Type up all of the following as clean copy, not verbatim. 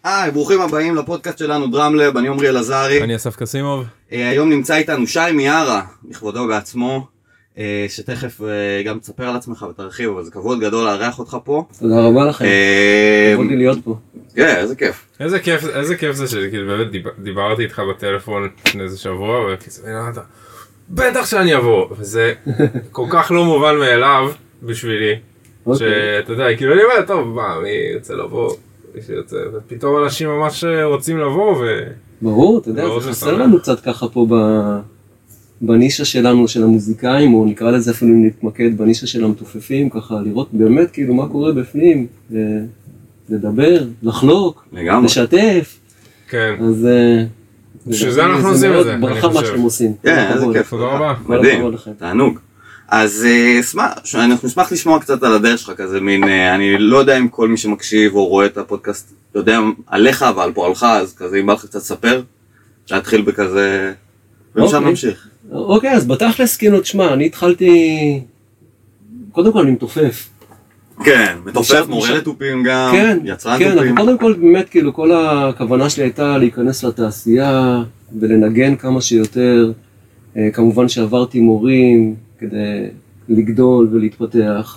היי, ברוכים הבאים לפודקאסט שלנו דרמלב, אני עומרי אלעזרי. אני אסף קסימוב. היום נמצא איתנו שי מיארה, בכבודו בעצמו, שתכף גם תספר על עצמך ותרחיב, אבל זה כבוד גדול לארח אותך פה. תודה רבה לכם, כבוד לי להיות פה. כן, איזה כיף. איזה כיף זה שכאילו באמת דיברתי איתך בטלפון לפני איזה שבוע, וכזה, בטח שאני אבוא, וזה כל כך לא מובן מאליו בשבילי, שאתה יודע, כאילו אני אומר, טוב, מה, מי ירצה לבוא? ופתאום אנשים ממש רוצים לבוא ברור, אתה יודע, זה חסר לנו קצת ככה פה בנישה שלנו, של המוזיקאים, או נקרא לזה אפילו נתמקד בנישה של המתופפים, ככה לראות באמת כאילו מה קורה בפנים, לדבר, לחלוק, לשתף. כן. אז שזה אנחנו עושים את זה, אני ברכה מה שאתם עושים. כן, איזה כיף. תודה רבה. מדהים, תענוג. אז אנחנו נשמח לשמוע קצת על הדרך שלך כזה מין, אני לא יודע אם כל מי שמקשיב או רואה את הפודקאסט יודע עליך ועל פועלך, אז כזה אם בא לך קצת ספר, להתחיל בכזה, ומשם נמשיך. אוקיי, אז בתכלס כאילו, תשמע, אני התחלתי, קודם כל אני מתופף. כן, מתופף, מורה לתופים גם, יצרן תופים. כן, קודם כל באמת כאילו כל הכוונה שלי הייתה להיכנס לתעשייה ולנגן כמה שיותר, כמובן שעברתי מורים, כדי לגדול ולהתפתח.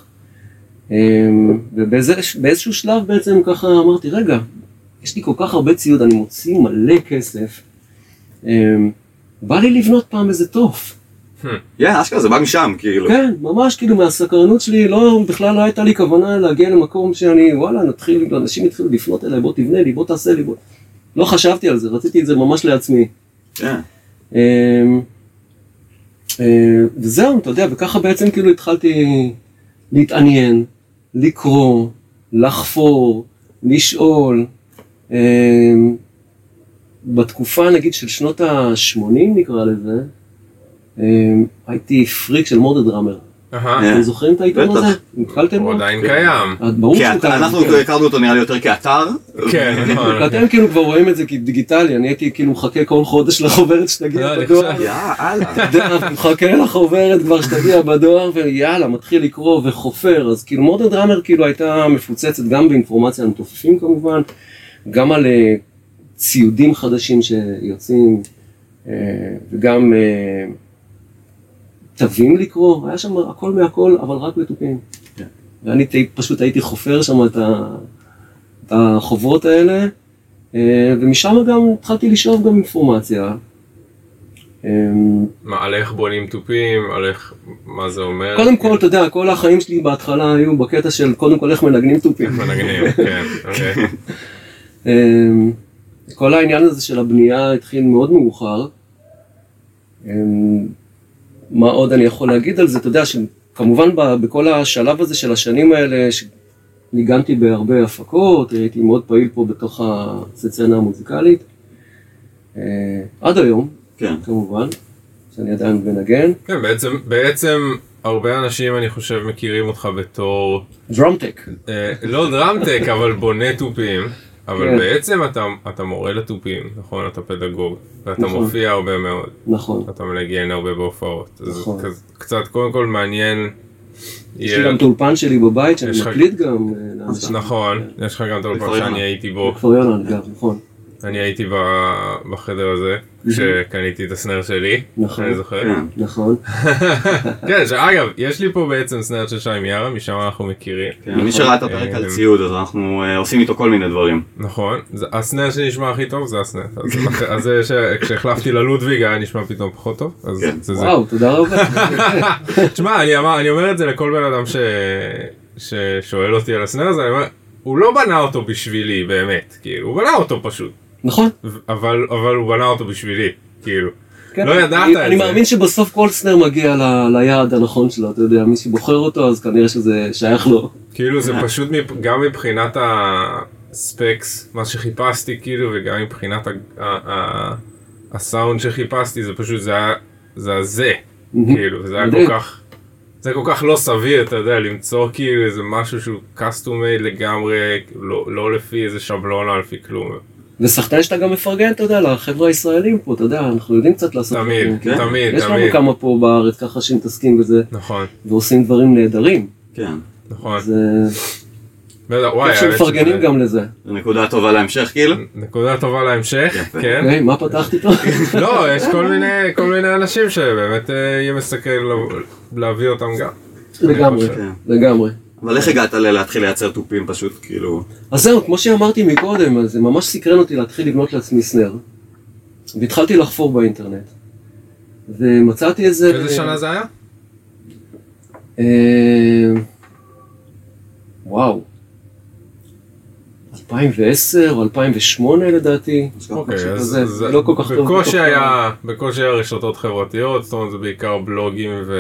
ובאיזשהו שלב בעצם ככה אמרתי, רגע, יש לי כל כך הרבה ציוד, אני מוציא מלא כסף, בא לי לבנות פעם איזה תוף. אשכרה, זה בא משם, כאילו. כן, ממש כאילו מהסקרנות שלי, בכלל לא הייתה לי כוונה להגיע למקום שאני, וואלה, אנשים התחילו לפנות אליי, בוא תבנה לי, בוא תעשה לי, לא חשבתי על זה, רציתי את זה ממש לעצמי. כן. וזהו, אתה יודע, וככה בעצם כאילו התחלתי להתעניין, לקרוא, לחפור, לשאול. בתקופה נגיד של שנות ה-80 נקרא לזה, הייתי פריק של מורד דראמר. אתם זוכרים את העיתון הזה? נתקלתם בו? הוא עדיין קיים. אנחנו הכרנו אותו נראה לי יותר כאתר. כן, נכון. אתם כאילו כבר רואים את זה כדיגיטלי, אני הייתי כאילו מחכה כל חודש לחוברת שתגיע בדואר. יאללה. מחכה לחוברת כבר שתגיע בדואר, ויאללה, מתחיל לקרוא וחופר. אז כאילו מורד דראמר כאילו הייתה מפוצצת גם באינפורמציה על מתופפים כמובן, גם על ציודים חדשים שיוצאים, וגם תווים לקרוא, היה שם הכל מהכל, אבל רק בתופים. ואני פשוט הייתי חופר שם את החוברות האלה, ומשם גם התחלתי לשאוב גם אינפורמציה. מה, על איך בונים תופים, על איך, מה זה אומר? קודם כל, אתה יודע, כל החיים שלי בהתחלה היו בקטע של קודם כל איך מנגנים תופים. איך מנגנים, כן, אוקיי. כל העניין הזה של הבנייה התחיל מאוד מאוחר. מה עוד אני יכול להגיד על זה? אתה יודע שכמובן בכל השלב הזה של השנים האלה, שניגנתי בהרבה הפקות, הייתי מאוד פעיל פה בתוך הסצנה המוזיקלית. עד היום, כן. כמובן, שאני עדיין מנגן. כן, בעצם הרבה אנשים אני חושב מכירים אותך בתור... דרמטק. לא דרמטק, אבל בונה תופים. אבל בעצם אתה מורה לתופים, נכון? אתה פדגוג, ואתה מופיע הרבה מאוד. נכון. אתה מנגן הרבה בהופעות. נכון. אז קצת קודם כל מעניין... יש לי גם את האולפן שלי בבית, שאני מקליט גם. נכון, יש לך גם את האולפן שאני הייתי בו. בכפר יונה, נכון. אני הייתי בחדר הזה, כשקניתי את הסנר שלי, אני זוכר. נכון. כן, שאגב, יש לי פה בעצם סנר של שי מיארה, משם אנחנו מכירים. מי שראה את הפרק על ציוד, אז אנחנו עושים איתו כל מיני דברים. נכון, הסנר שנשמע הכי טוב זה הסנר. אז כשהחלפתי ללודוויג היה נשמע פתאום פחות טוב. וואו, תודה רבה. תשמע, אני אומר את זה לכל בן אדם ששואל אותי על הסנר הזה, אני אומר, הוא לא בנה אותו בשבילי, באמת, כאילו, הוא בנה אותו פשוט. נכון. אבל הוא בנה אותו בשבילי, כאילו. לא ידעת את זה. אני מאמין שבסוף כל סנר מגיע ליעד הנכון שלו, אתה יודע, מי שבוחר אותו, אז כנראה שזה שייך לו. כאילו, זה פשוט גם מבחינת הספקס, מה שחיפשתי, כאילו, וגם מבחינת הסאונד שחיפשתי, זה פשוט, זה הזה, כאילו, זה היה כל כך... זה כל כך לא סביר, אתה יודע, למצוא כאילו איזה משהו שהוא custom-made לגמרי, לא לפי איזה שבלון או לפי כלום. וסחטן שאתה גם מפרגן, אתה יודע, לחבר'ה הישראלים פה, אתה יודע, אנחנו יודעים קצת לעשות. תמיד. יש לנו כמה פה בארץ ככה שמתעסקים בזה. נכון. ועושים דברים נהדרים. כן. נכון. וואי, שמפרגנים גם לזה. זו נקודה טובה להמשך, כאילו? נקודה טובה להמשך, כן. מה פתחת איתו? לא, יש כל מיני אנשים שבאמת יהיה מסתכל להביא אותם גם. לגמרי. אבל איך הגעת להתחיל לייצר טופים פשוט, כאילו? אז זהו, כמו שאמרתי מקודם, זה ממש סקרן אותי להתחיל לבנות לעצמי סנר. והתחלתי לחפור באינטרנט. ומצאתי איזה... איזה שנה זה היה? וואו. 2010 או 2008 לדעתי. אוקיי, אז לא כל כך טוב. בקושי היה רשתות חברתיות, זאת אומרת זה בעיקר בלוגים ו...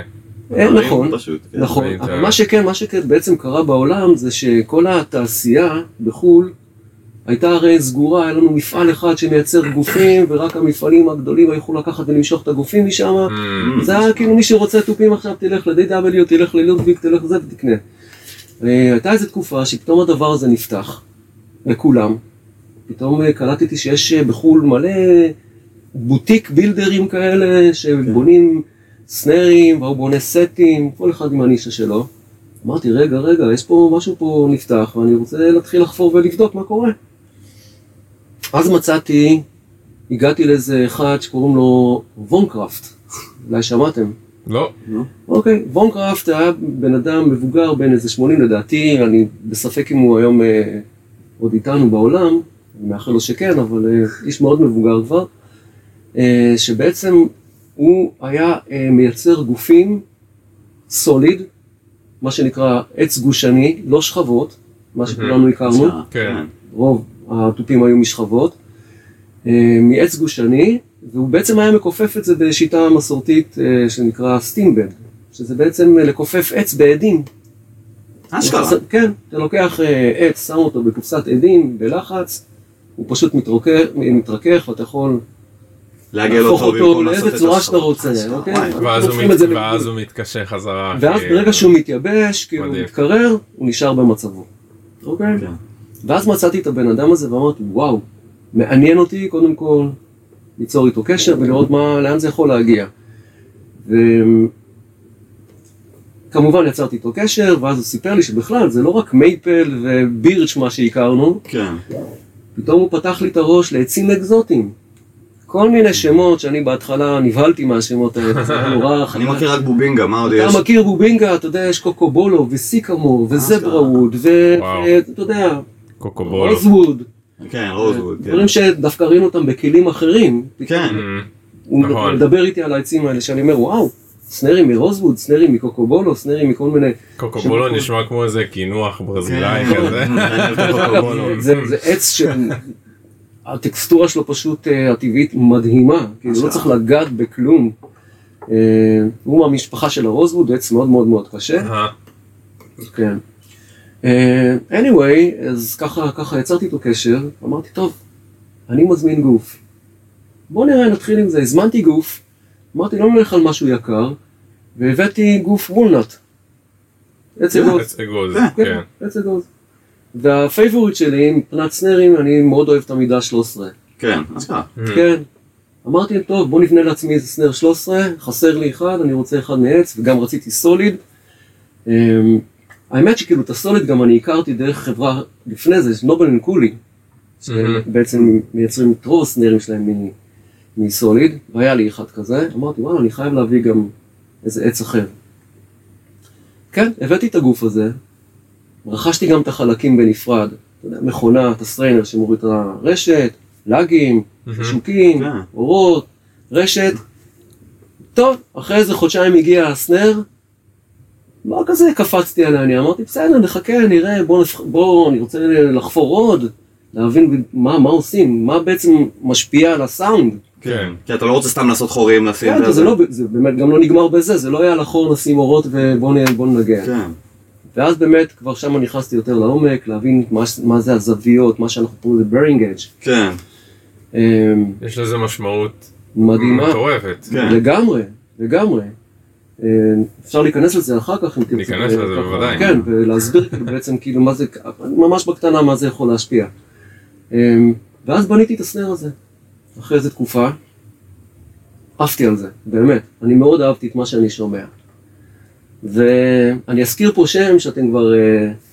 נכון, אבל מה שכן בעצם קרה בעולם זה שכל התעשייה בחול הייתה הרי סגורה, היה לנו מפעל אחד שמייצר גופים ורק המפעלים הגדולים היכולו לקחת ולמשוך את הגופים משם. זה היה כאילו מי שרוצה טופים עכשיו תלך ל-DW, תלך ללודוויג, תלך לזה ותקנה. הייתה איזו תקופה שפתאום הדבר הזה נפתח לכולם. פתאום קלטתי שיש בחול מלא בוטיק בילדרים כאלה שבונים סנרים, והוא בונה סטים, כל אחד עם הנישה שלו. אמרתי, רגע, יש פה משהו פה נפתח, ואני רוצה להתחיל לחפור ולבדוק מה קורה. אז הגעתי לאיזה אחד שקוראים לו וונקראפט. אולי שמעתם? לא. אוקיי, וונקראפט היה בן אדם מבוגר בין איזה 80 לדעתי, אני בספק אם הוא היום עוד איתנו בעולם, אני מאחל לו שכן, אבל איש מאוד מבוגר כבר, שבעצם הוא היה מייצר גופים סוליד, מה שנקרא עץ גושני, לא שכבות, מה שכולנו הכרנו. רוב הטופים היו משכבות, מעץ גושני, והוא בעצם היה מקופף את זה בשיטה מסורתית שנקרא סטימבד, שזה בעצם לקופף עץ בעדים. אשכרה? כן, אתה לוקח עץ, שם אותו בקופסת עדים, בלחץ, הוא פשוט מתרכך ואתה יכול... להגיע אותו לאיזה צורה שאתה רוצה, אוקיי? ואז הוא מתקשה חזרה. ואז ברגע שהוא מתייבש, כאילו הוא מתקרר, הוא נשאר במצבו. אוקיי? ואז מצאתי את הבן אדם הזה ואמרתי, וואו, מעניין אותי קודם כל ליצור איתו קשר ולראות לאן זה יכול להגיע. וכמובן יצרתי איתו קשר, ואז הוא סיפר לי שבכלל זה לא רק מייפל ובירץ' מה שהכרנו. כן. פתאום הוא פתח לי את הראש לעצים אקזוטיים. כל מיני שמות שאני בהתחלה נבהלתי מהשמות האלה, זה היה נורא... אני מכיר רק בובינגה, מה עוד יש? אתה מכיר בובינגה, אתה יודע, יש קוקובולו וסיקמור וזבראווד ואתה יודע, רוזווד. כן, רוזווד. דברים שדווקא ראינו אותם בכלים אחרים. כן. הוא מדבר איתי על העצים האלה שאני אומר, וואו, סנרים מרוזווד, סנרים מקוקובולו, סנרים מכל מיני... קוקובולו נשמע כמו איזה קינוח ברזילאי כזה. זה עץ של... הטקסטורה שלו פשוט הטבעית מדהימה, כאילו לא צריך לגעת בכלום. הוא מהמשפחה של הרוזווד, עץ מאוד מאוד מאוד קשה. כן. anyway, אז ככה יצרתי איתו קשר, אמרתי, טוב, אני מזמין גוף. בוא נראה, נתחיל עם זה. הזמנתי גוף, אמרתי, לא נלך על משהו יקר, והבאתי גוף וולנט. עץ אגוז. כן. עץ אגוז. והפייבוריט שלי, מבחינת סנרים, אני מאוד אוהב את המידה 13. כן, אז ככה. כן. אמרתי, טוב, בוא נבנה לעצמי איזה סנר 13, חסר לי אחד, אני רוצה אחד מעץ, וגם רציתי סוליד. האמת שכאילו את הסוליד גם אני הכרתי דרך חברה לפני זה, נובל אנד קולי, שבעצם מייצרים את רוב הסנרים שלהם מסוליד, והיה לי אחד כזה, אמרתי, וואו, אני חייב להביא גם איזה עץ אחר. כן, הבאתי את הגוף הזה, רכשתי גם את החלקים בנפרד, אתה יודע, מכונה, את הסטריינר שמוריד את הרשת, לגים, שוקים, אורות, רשת. טוב, אחרי איזה חודשיים הגיע הסנר, לא כזה קפצתי עליה, אני אמרתי, בסדר, נחכה, נראה, בוא, אני רוצה לחפור עוד, להבין מה עושים, מה בעצם משפיע על הסאונד. כן, כי אתה לא רוצה סתם לעשות חורים, לשים את זה. כן, זה באמת גם לא נגמר בזה, זה לא היה לחור, נשים אורות ובוא ננגע. כן. ואז באמת כבר שם נכנסתי יותר לעומק, להבין מה זה הזוויות, מה שאנחנו קוראים ל-bearing edge. כן. יש לזה משמעות מטורפת. לגמרי. אפשר להיכנס לזה אחר כך אם תרצה. להיכנס לזה בוודאי. כן, ולהסביר בעצם כאילו מה זה, ממש בקטנה מה זה יכול להשפיע. ואז בניתי את הסנר הזה. אחרי איזו תקופה, עפתי על זה, באמת. אני מאוד אהבתי את מה שאני שומע. ואני אזכיר פה שם שאתם כבר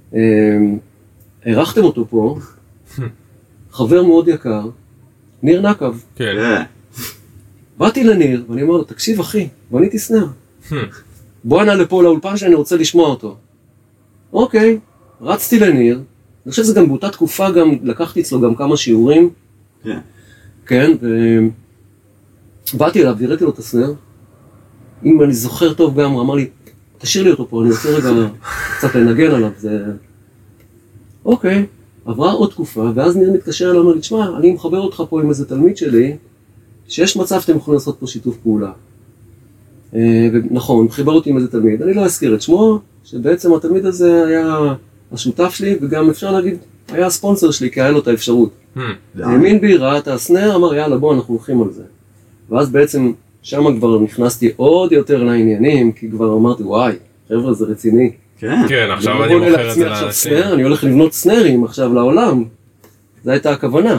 ערכתם אותו פה, חבר מאוד יקר, ניר נקב. כן. באתי לניר, ואני אומר לו, תקשיב אחי, בניתי סנר. בוא הנה לפה לאולפן שאני רוצה לשמוע אותו. אוקיי, רצתי לניר, אני חושב שזה גם באותה תקופה, גם לקחתי אצלו גם כמה שיעורים. כן, ובאתי אליו, והראיתי לו את הסנר. אם אני זוכר טוב גם, הוא אמר לי, תשאיר לי אותו פה, אני רוצה רגע קצת לנגן עליו. אוקיי, עברה עוד תקופה, ואז ניר מתקשר אליו, אמר לי, תשמע, אני מחבר אותך פה עם איזה תלמיד שלי, שיש מצב שאתם יכולים לעשות פה שיתוף פעולה. ונכון, חיבר אותי עם איזה תלמיד, אני לא אזכיר את שמו, שבעצם התלמיד הזה היה השותף שלי, וגם אפשר להגיד, היה הספונסר שלי, כי היה לו את האפשרות. האמין בי, ראה את הסנר, אמר יאללה בוא אנחנו הולכים על זה. ואז בעצם שם כבר נכנסתי עוד יותר לעניינים, כי כבר אמרתי וואי, חבר'ה זה רציני. כן, עכשיו אני מוכר את זה לאנשים. אני הולך לבנות סנרים עכשיו לעולם, זו הייתה הכוונה.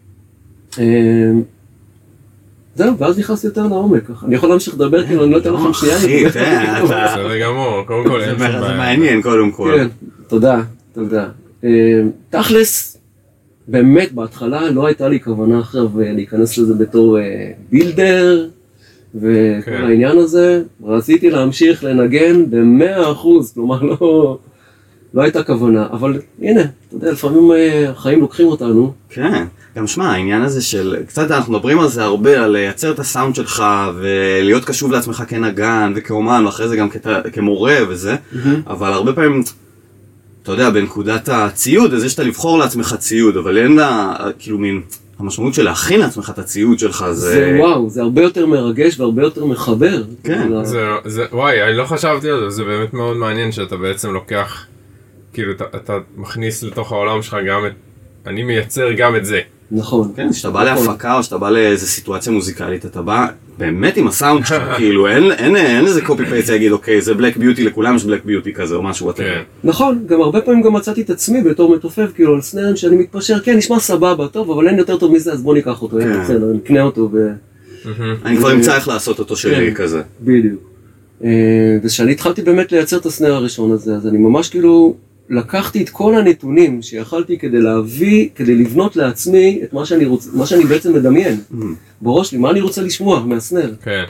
זהו, ואז נכנסתי יותר לעומק, אני יכול להמשיך לדבר כאילו אני לא אתן לכם שנייה. אחי, בסדר גמור, קודם כל אין שם בעיה. זה מעניין קודם כל. כן, תודה. תכלס, באמת בהתחלה לא הייתה לי כוונה עכשיו להיכנס לזה בתור בילדר וכל העניין הזה, רציתי להמשיך לנגן ב100%, כלומר לא הייתה כוונה, אבל הנה, אתה יודע, לפעמים החיים לוקחים אותנו. כן, גם שמע, העניין הזה של, קצת אנחנו מדברים על זה הרבה, על לייצר את הסאונד שלך ולהיות קשוב לעצמך כנגן וכאומן, ואחרי זה גם כמורה וזה, אבל הרבה פעמים, אתה יודע, בנקודת הציוד, אז יש אתה לבחור לעצמך ציוד, אבל אין לה, כאילו מין, המשמעות של להכין לעצמך את הציוד שלך זה... וואו, זה הרבה יותר מרגש והרבה יותר מחבר. כן. וואי, אני לא חשבתי על זה, זה באמת מאוד מעניין שאתה בעצם לוקח, כאילו אתה מכניס לתוך העולם שלך גם את, אני מייצר גם את זה. נכון. כן, כשאתה בא להפקה או שאתה בא לאיזו סיטואציה מוזיקלית, אתה בא באמת עם הסאונד שלך, כאילו אין איזה קופי פייסט להגיד, אוקיי, זה בלק ביוטי, לכולם יש בלק ביוטי כזה או משהו אחר. נכון, גם הרבה פעמים גם מצאתי את עצמי בתור מתופף, כאילו על סנרים שאני מתפשר, כן, נשמע סבבה, טוב, אבל אין יותר טוב מזה, אז בוא ניקח אותו, נקנה אותו אני כבר אמצא איך לעשות אותו שלי כזה. בדיוק. ושאני התחלתי באמת לייצר את הסנר הראשון הזה, אז אני ממש כאילו לקחתי את כל הנתונים שיכלתי כדי לבנות לעצמי את מה שאני בעצם מדמיין. בראש שלי, מה אני רוצה לשמוע מהסנר. כן.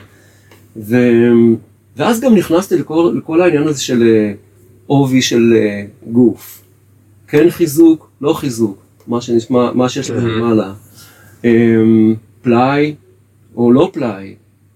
ואז גם נכנסתי לכל העניין הזה של עובי של גוף. כן חיזוק, לא חיזוק, מה שיש למעלה. פלאי או לא פלאי.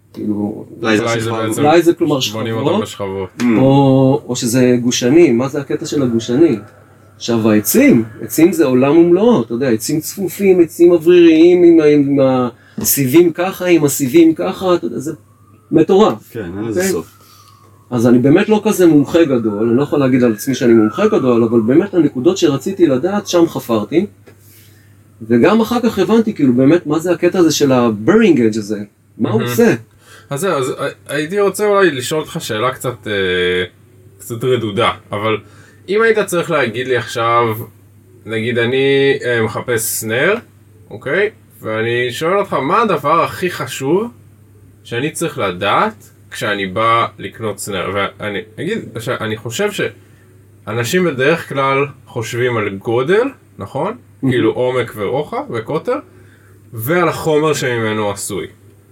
פלאי זה כלומר שכבות, או שזה גושני, מה זה הקטע של הגושני? עכשיו העצים זה עולם ומלואו, אתה יודע, עצים צפופים, עצים אווריריים עם הסיבים ככה, עם הסיבים ככה, אתה יודע, זה מטורף. כן, אין לזה סוף. אז אני באמת לא כזה מומחה גדול, אני לא יכול להגיד על עצמי שאני מומחה גדול, אבל באמת הנקודות שרציתי לדעת, שם חפרתי, וגם אחר כך הבנתי כאילו באמת מה זה הקטע הזה של ה-burning edge הזה, מה הוא עושה? אז זהו, אז הייתי רוצה אולי לשאול אותך שאלה קצת רדודה, אבל אם היית צריך להגיד לי עכשיו, נגיד אני מחפש סנר, אוקיי? ואני שואל אותך מה הדבר הכי חשוב שאני צריך לדעת כשאני בא לקנות סנר, ואני אגיד שאני חושב שאנשים בדרך כלל חושבים על גודל, נכון? כאילו עומק ורוחב וקוטר, ועל החומר שממנו עשוי.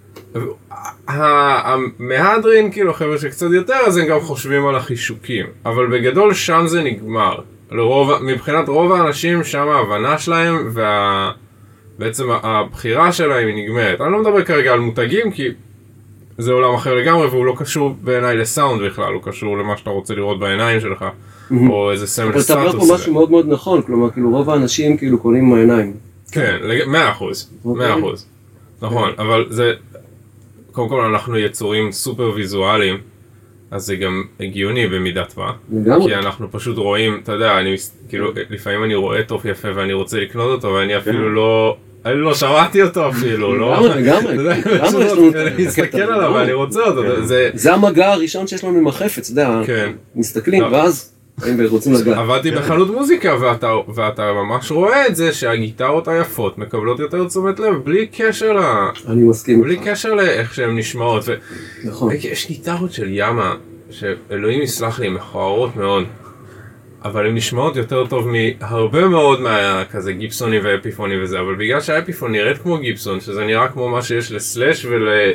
המהדרין, כאילו החבר'ה שקצת יותר, אז הם גם חושבים על החישוקים, אבל בגדול שם זה נגמר. מבחינת רוב האנשים שם ההבנה שלהם ובעצם הבחירה שלהם היא נגמרת. אני לא מדבר כרגע על מותגים כי זה עולם אחר לגמרי והוא לא קשור בעיניי לסאונד בכלל, הוא קשור למה שאתה רוצה לראות בעיניים שלך או איזה סמל סטטוס. אבל אתה אומר פה משהו מאוד מאוד נכון, כלומר כאילו רוב האנשים כאילו קונים עם העיניים. כן, 100%, 100%. נכון, אבל זה, קודם כל אנחנו יצורים סופר ויזואליים, אז זה גם הגיוני במידת מה. לגמרי. כי אנחנו פשוט רואים, אתה יודע, כאילו, לפעמים אני רואה טוב יפה ואני רוצה לקנות אותו, ואני אפילו לא, אני לא שמעתי אותו אפילו, לא? לגמרי. אני מסתכל עליו ואני רוצה אותו. זה המגע הראשון שיש לנו עם החפץ, אתה יודע, מסתכלים ואז רוצים לגעת. עבדתי בחנות מוזיקה ואתה ממש רואה את זה שהגיטרות היפות מקבלות יותר תשומת לב בלי קשר אני מסכים. בלי קשר לאיך שהן נשמעות. נכון. יש גיטרות של ימה שאלוהים יסלח לי, מכוערות מאוד. אבל הן נשמעות יותר טוב מהרבה מאוד מהכזה גיבסוני ואפיפוני וזה, אבל בגלל שהאפיפון נראית כמו גיבסון, שזה נראה כמו מה שיש לסלאש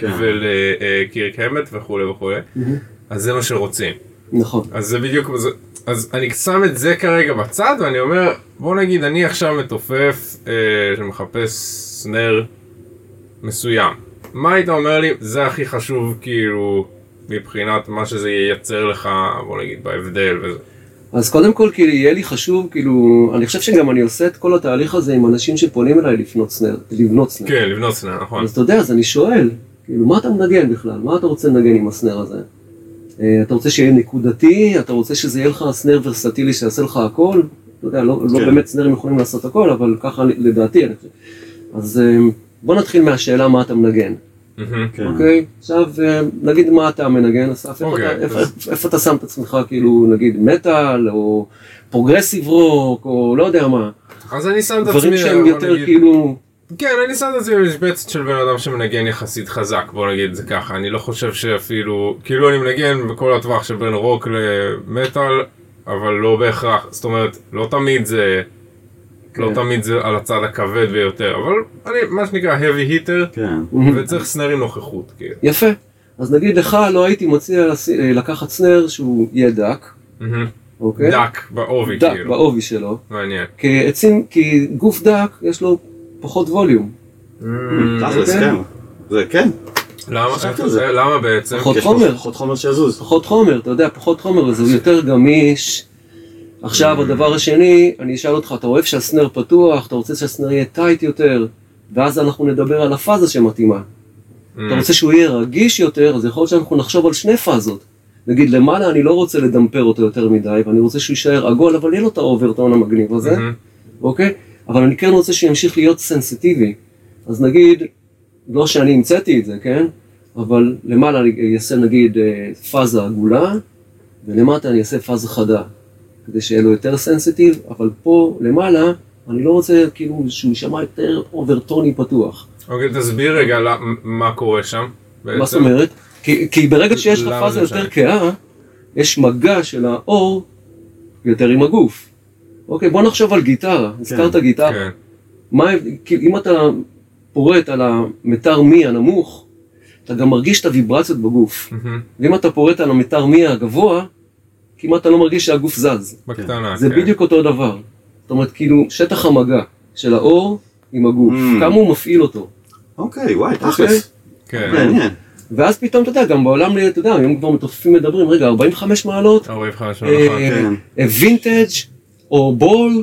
ולקירק המט וכו' וכו', אז זה מה שרוצים. נכון. אז זה בדיוק, אז אני שם את זה כרגע בצד, ואני אומר, בוא נגיד, אני עכשיו מתופף שמחפש סנר מסוים. מה היית אומר לי? זה הכי חשוב כאילו מבחינת מה שזה ייצר לך, בוא נגיד, בהבדל וזה. אז קודם כל, כאילו, יהיה לי חשוב, כאילו, אני חושב שגם אני עושה את כל התהליך הזה עם אנשים שפונים אליי לבנות סנר. כן, לבנות סנר, נכון. אז אתה יודע, אז אני שואל, כאילו, מה אתה מנגן בכלל? מה אתה רוצה לנגן עם הסנר הזה? אתה רוצה שיהיה נקודתי? אתה רוצה שזה יהיה לך סנר ורסטילי שיעשה לך הכל? אתה יודע, לא באמת סנרים יכולים לעשות הכל, אבל ככה לדעתי, אני חושב. אז בוא נתחיל מהשאלה מה אתה מנגן. אוקיי? עכשיו, נגיד מה אתה מנגן, אסף, איפה אתה שם את עצמך, כאילו, נגיד מטל, או פרוגרסיב רוק, או לא יודע מה. אז אני שם את עצמי, דברים שהם יותר כאילו... כן, אני שם את עצמי במשבצת של בן אדם שמנגן יחסית חזק, בוא נגיד את זה ככה. אני לא חושב שאפילו, כאילו אני מנגן בכל הטווח של בין רוק למטל, אבל לא בהכרח, זאת אומרת, לא תמיד זה... לא תמיד זה על הצד הכבד ביותר, אבל אני, מה שנקרא heavy hitter, וצריך סנר עם נוכחות. יפה. אז נגיד לך, לא הייתי מציע לקחת סנר שהוא יהיה דק. אוקיי? דק, בעובי כאילו. דק, בעובי שלו. מעניין. כי גוף דק, יש לו פחות ווליום. תכלס, כן. זה כן. למה בעצם? פחות חומר. פחות חומר שיזוז. פחות חומר, אתה יודע, פחות חומר, זה יותר גמיש. עכשיו, הדבר השני, אני אשאל אותך, אתה אוהב שהסנר פתוח, אתה רוצה שהסנר יהיה טייט יותר, ואז אנחנו נדבר על הפאזה שמתאימה. אתה רוצה שהוא יהיה רגיש יותר, אז יכול להיות שאנחנו נחשוב על שני פאזות. נגיד, למעלה אני לא רוצה לדמפר אותו יותר מדי, ואני רוצה שהוא יישאר עגול, אבל יהיה לו את האוברטון המגניב הזה, אוקיי? אבל אני כן רוצה שימשיך להיות סנסיטיבי. אז נגיד, לא שאני המצאתי את זה, כן? אבל למעלה אני אעשה נגיד פאזה עגולה, ולמטה אני אעשה פאזה חדה. כדי שיהיה לו יותר סנסיטיב, אבל פה למעלה, אני לא רוצה כאילו שהוא יישמע יותר אוברטוני פתוח. אוקיי, תסביר רגע מה קורה שם בעצם. מה זאת אומרת? כי ברגע שיש לך פאזה יותר כהה, יש מגע של האור יותר עם הגוף. אוקיי, בוא נחשוב על גיטרה, הזכרת גיטרה. אם אתה פורט על המטר מי הנמוך, אתה גם מרגיש את הוויברציות בגוף. ואם אתה פורט על המטר מי הגבוה, כמעט אתה לא מרגיש שהגוף זז. בקטנה, זה בדיוק אותו דבר. זאת אומרת, כאילו, שטח המגע של האור עם הגוף, כמה הוא מפעיל אותו. אוקיי, וואי, תכלס. כן. מעניין. ואז פתאום, אתה יודע, גם בעולם, אתה יודע, היום כבר מתופפים מדברים, רגע, 45 מעלות, 45 מעלות, כן. וינטג' או בול,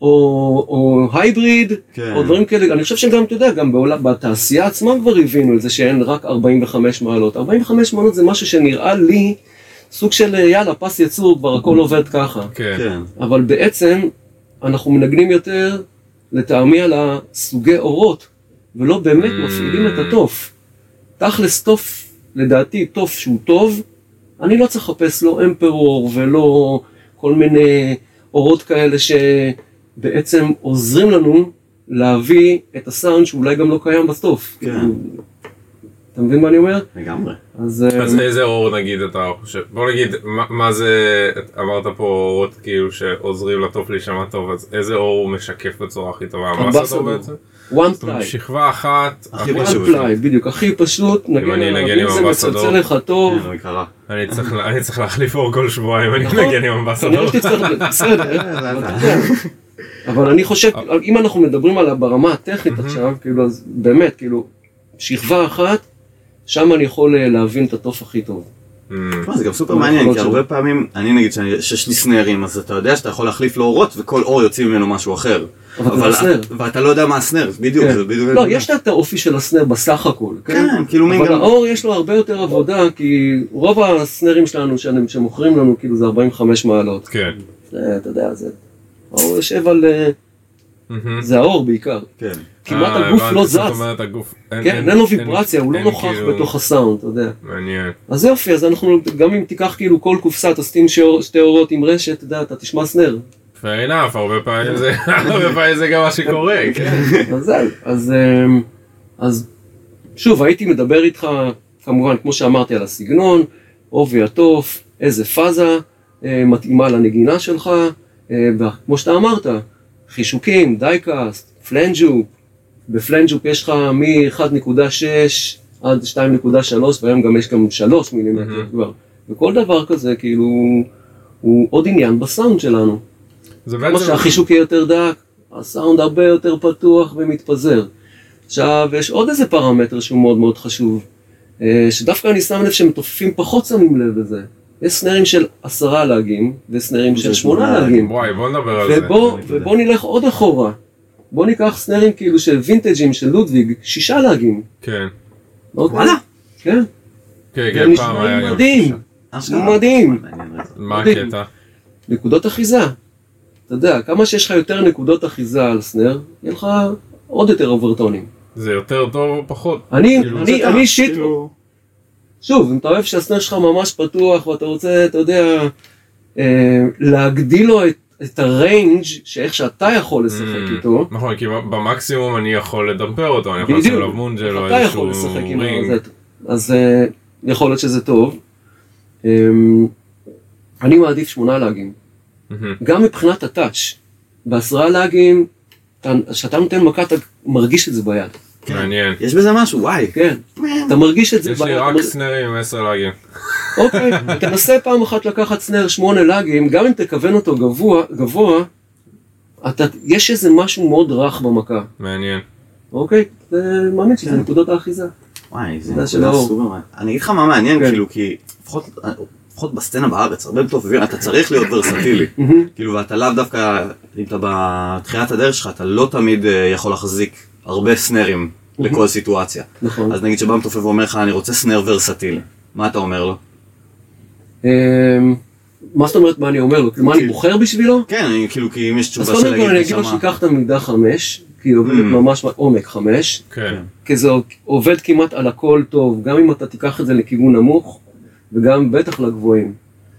או הייבריד, או דברים כאלה. אני חושב שגם, אתה יודע, גם בתעשייה עצמה כבר הבינו את זה שאין רק 45 מעלות. 45 מעלות זה משהו שנראה לי סוג של יאללה, פס יצור, כבר הכל עובד ככה. כן. אבל בעצם אנחנו מנגנים יותר לטעמי על הסוגי אורות, ולא באמת מפעילים את התוף. תכלס תוף, לדעתי תוף שהוא טוב, אני לא צריך לחפש לו אמפרור ולא כל מיני אורות כאלה שבעצם עוזרים לנו להביא את הסאונד שאולי גם לא קיים בסטוף. כן. אתה מבין מה אני אומר? לגמרי. אז איזה אור נגיד אתה חושב? בוא נגיד, מה זה, אמרת פה אורות כאילו שעוזרים לטוף להישמע טוב, אז איזה אור הוא משקף בצורה הכי טובה? אמבסדור בעצם? one ply. שכבה אחת, הכי one פשוט. ply, בדיוק, הכי פשוט, נגן אם זה מצלצל לך טוב. אני צריך להחליף אור כל שבועיים, אני מנגן עם אמבסדור. אני חושב שתצטרך, בסדר. אבל אני חושב, אם אנחנו מדברים על ברמה הטכנית עכשיו, כאילו, אז באמת, כאילו, שכבה אחת, שם אני יכול להבין את התוף הכי טוב. זה גם סופר מעניין, כי הרבה פעמים, אני נגיד שיש לי סנרים, אז אתה יודע שאתה יכול להחליף לו אורות, וכל אור יוצא ממנו משהו אחר. ואתה לא יודע מה הסנר, בדיוק. לא, יש את האופי של הסנר בסך הכל. כן, כאילו אבל האור יש לו הרבה יותר עבודה, כי רוב הסנרים שלנו שמוכרים לנו, כאילו זה 45 מעלות. כן. אתה יודע, האור יושב על... זה האור בעיקר. כן. כמעט הגוף לא זז. כן, אין לו ויברציה, הוא לא נוכח בתוך הסאונד, אתה יודע. מעניין. אז יופי, אז אנחנו, גם אם תיקח כאילו כל קופסה, תסתים שתי אורות עם רשת, אתה יודע, אתה תשמע סנר. fair enough, הרבה פעמים זה גם מה שקורה, כן. אז שוב, הייתי מדבר איתך, כמובן, כמו שאמרתי, על הסגנון, עובי התוף, איזה פאזה מתאימה לנגינה שלך, כמו שאתה אמרת, חישוקים, דייקאסט, פלנג'ופ, בפלנג'ופ יש לך מ-1.6 עד 2.3 והיום גם יש גם 3 מילימטר כבר, וכל דבר כזה כאילו הוא עוד עניין בסאונד שלנו. כמו שהחישוק יהיה יותר דק, הסאונד הרבה יותר פתוח ומתפזר. עכשיו יש עוד איזה פרמטר שהוא מאוד מאוד חשוב, שדווקא אני שם לב שמתופפים פחות שמים לב לזה. יש סנרים של 10 להגים וסנרים של 8 להגים. וואי, בוא נדבר על זה. ובוא נלך עוד אחורה. בוא ניקח סנרים כאילו של וינטג'ים של לודוויג, 6 להגים. כן. וואלה? כן. כן, פעם היה גם. מדהים. מדהים. מה הקטע? נקודות אחיזה. אתה יודע, כמה שיש לך יותר נקודות אחיזה על סנר, יהיה לך עוד יותר אוברטונים. זה יותר טוב או פחות? אני אישית, שוב, אם אתה אוהב שהסנר שלך ממש פתוח ואתה רוצה, אתה יודע, להגדיל לו את הריינג' שאיך שאתה יכול לשחק איתו. נכון, כי במקסימום אני יכול לדמפר אותו, אני יכול לעשות עליו מונג'ל או איזשהו רינג. אז יכול להיות שזה טוב. אני מעדיף 8 להגים. גם מבחינת הטאץ'. ב10 להגים, כשאתה נותן מכה אתה מרגיש את זה ביד. מעניין. יש בזה משהו, וואי. כן, אתה מרגיש את זה ביד. יש לי רק סנרים עם 10 להגים. אוקיי, תנסה פעם אחת לקחת סנר 8 להגים, גם אם תכוון אותו גבוה, יש איזה משהו מאוד רך במכה. מעניין. אוקיי, זה מאמין שזה נקודות האחיזה. וואי, זה נקודה סופר מעניין. אני אגיד לך מה מעניין, כאילו, כי לפחות בסצנה בארץ, הרבה מתופפים, אתה צריך להיות ורסטילי. כאילו, ואתה לאו דווקא, אם אתה בתחילת הדרך שלך, אתה לא תמיד יכול להחזיק הרבה סנרים לכל סיטואציה. נכון. אז נגיד שבא מתופף ואומר לך, אני רוצה סנר ורסטילי. מה אתה אומר לו? מה זאת אומרת מה אני אומר לו? מה אני בוחר בשבילו? כן, כאילו, כי אם יש תשובה של אז קודם כל אני אגיד לו שיקח את המידה 5, כי היא עובדת ממש עומק 5. כן. כי זה עובד כמעט על הכל טוב, גם אם אתה תיקח את זה לכיוון נמוך, וגם בטח לגבוהים.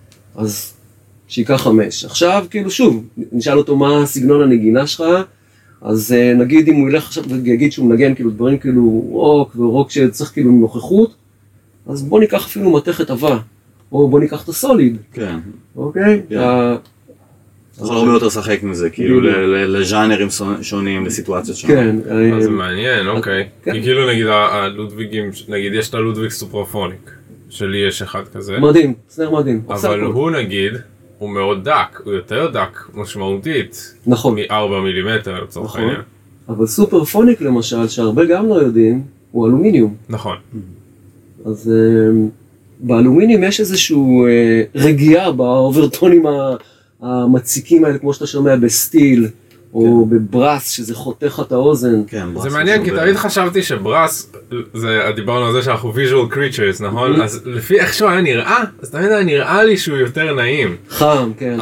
אז שיקח 5. עכשיו, כאילו שוב, נשאל אותו מה סגנון הנגינה שלך, אז נגיד אם הוא ילך עכשיו ויגיד שהוא מנגן כאילו דברים כאילו רוק ורוק שצריך כאילו נוכחות, אז בוא ניקח אפילו מתכת עבה, או בוא ניקח את הסוליד. כן. אוקיי? אתה יכול הרבה יותר לשחק מזה, כאילו לז'אנרים שונים, לסיטואציות שונות. כן. זה מעניין, אוקיי. כי כאילו נגיד הלודוויגים, נגיד יש את הלודוויג סופרפוניק, שלי יש אחד כזה. מדהים, סנר מדהים. אבל הוא נגיד, הוא מאוד דק, הוא יותר דק משמעותית. נכון. מ-4 מילימטר לצורך העניין. אבל סופרפוניק למשל, שהרבה גם לא יודעים, הוא אלומיניום. נכון. אז באלומיניום יש איזשהו רגיעה באוברטונים המציקים האלה, כמו שאתה שומע בסטיל, או בברס, שזה חותך את האוזן. זה מעניין, כי תמיד חשבתי שברס, דיברנו על זה שאנחנו visual creatures, נכון? אז לפי איך שהוא היה נראה, אז תמיד היה נראה לי שהוא יותר נעים. חם, כן.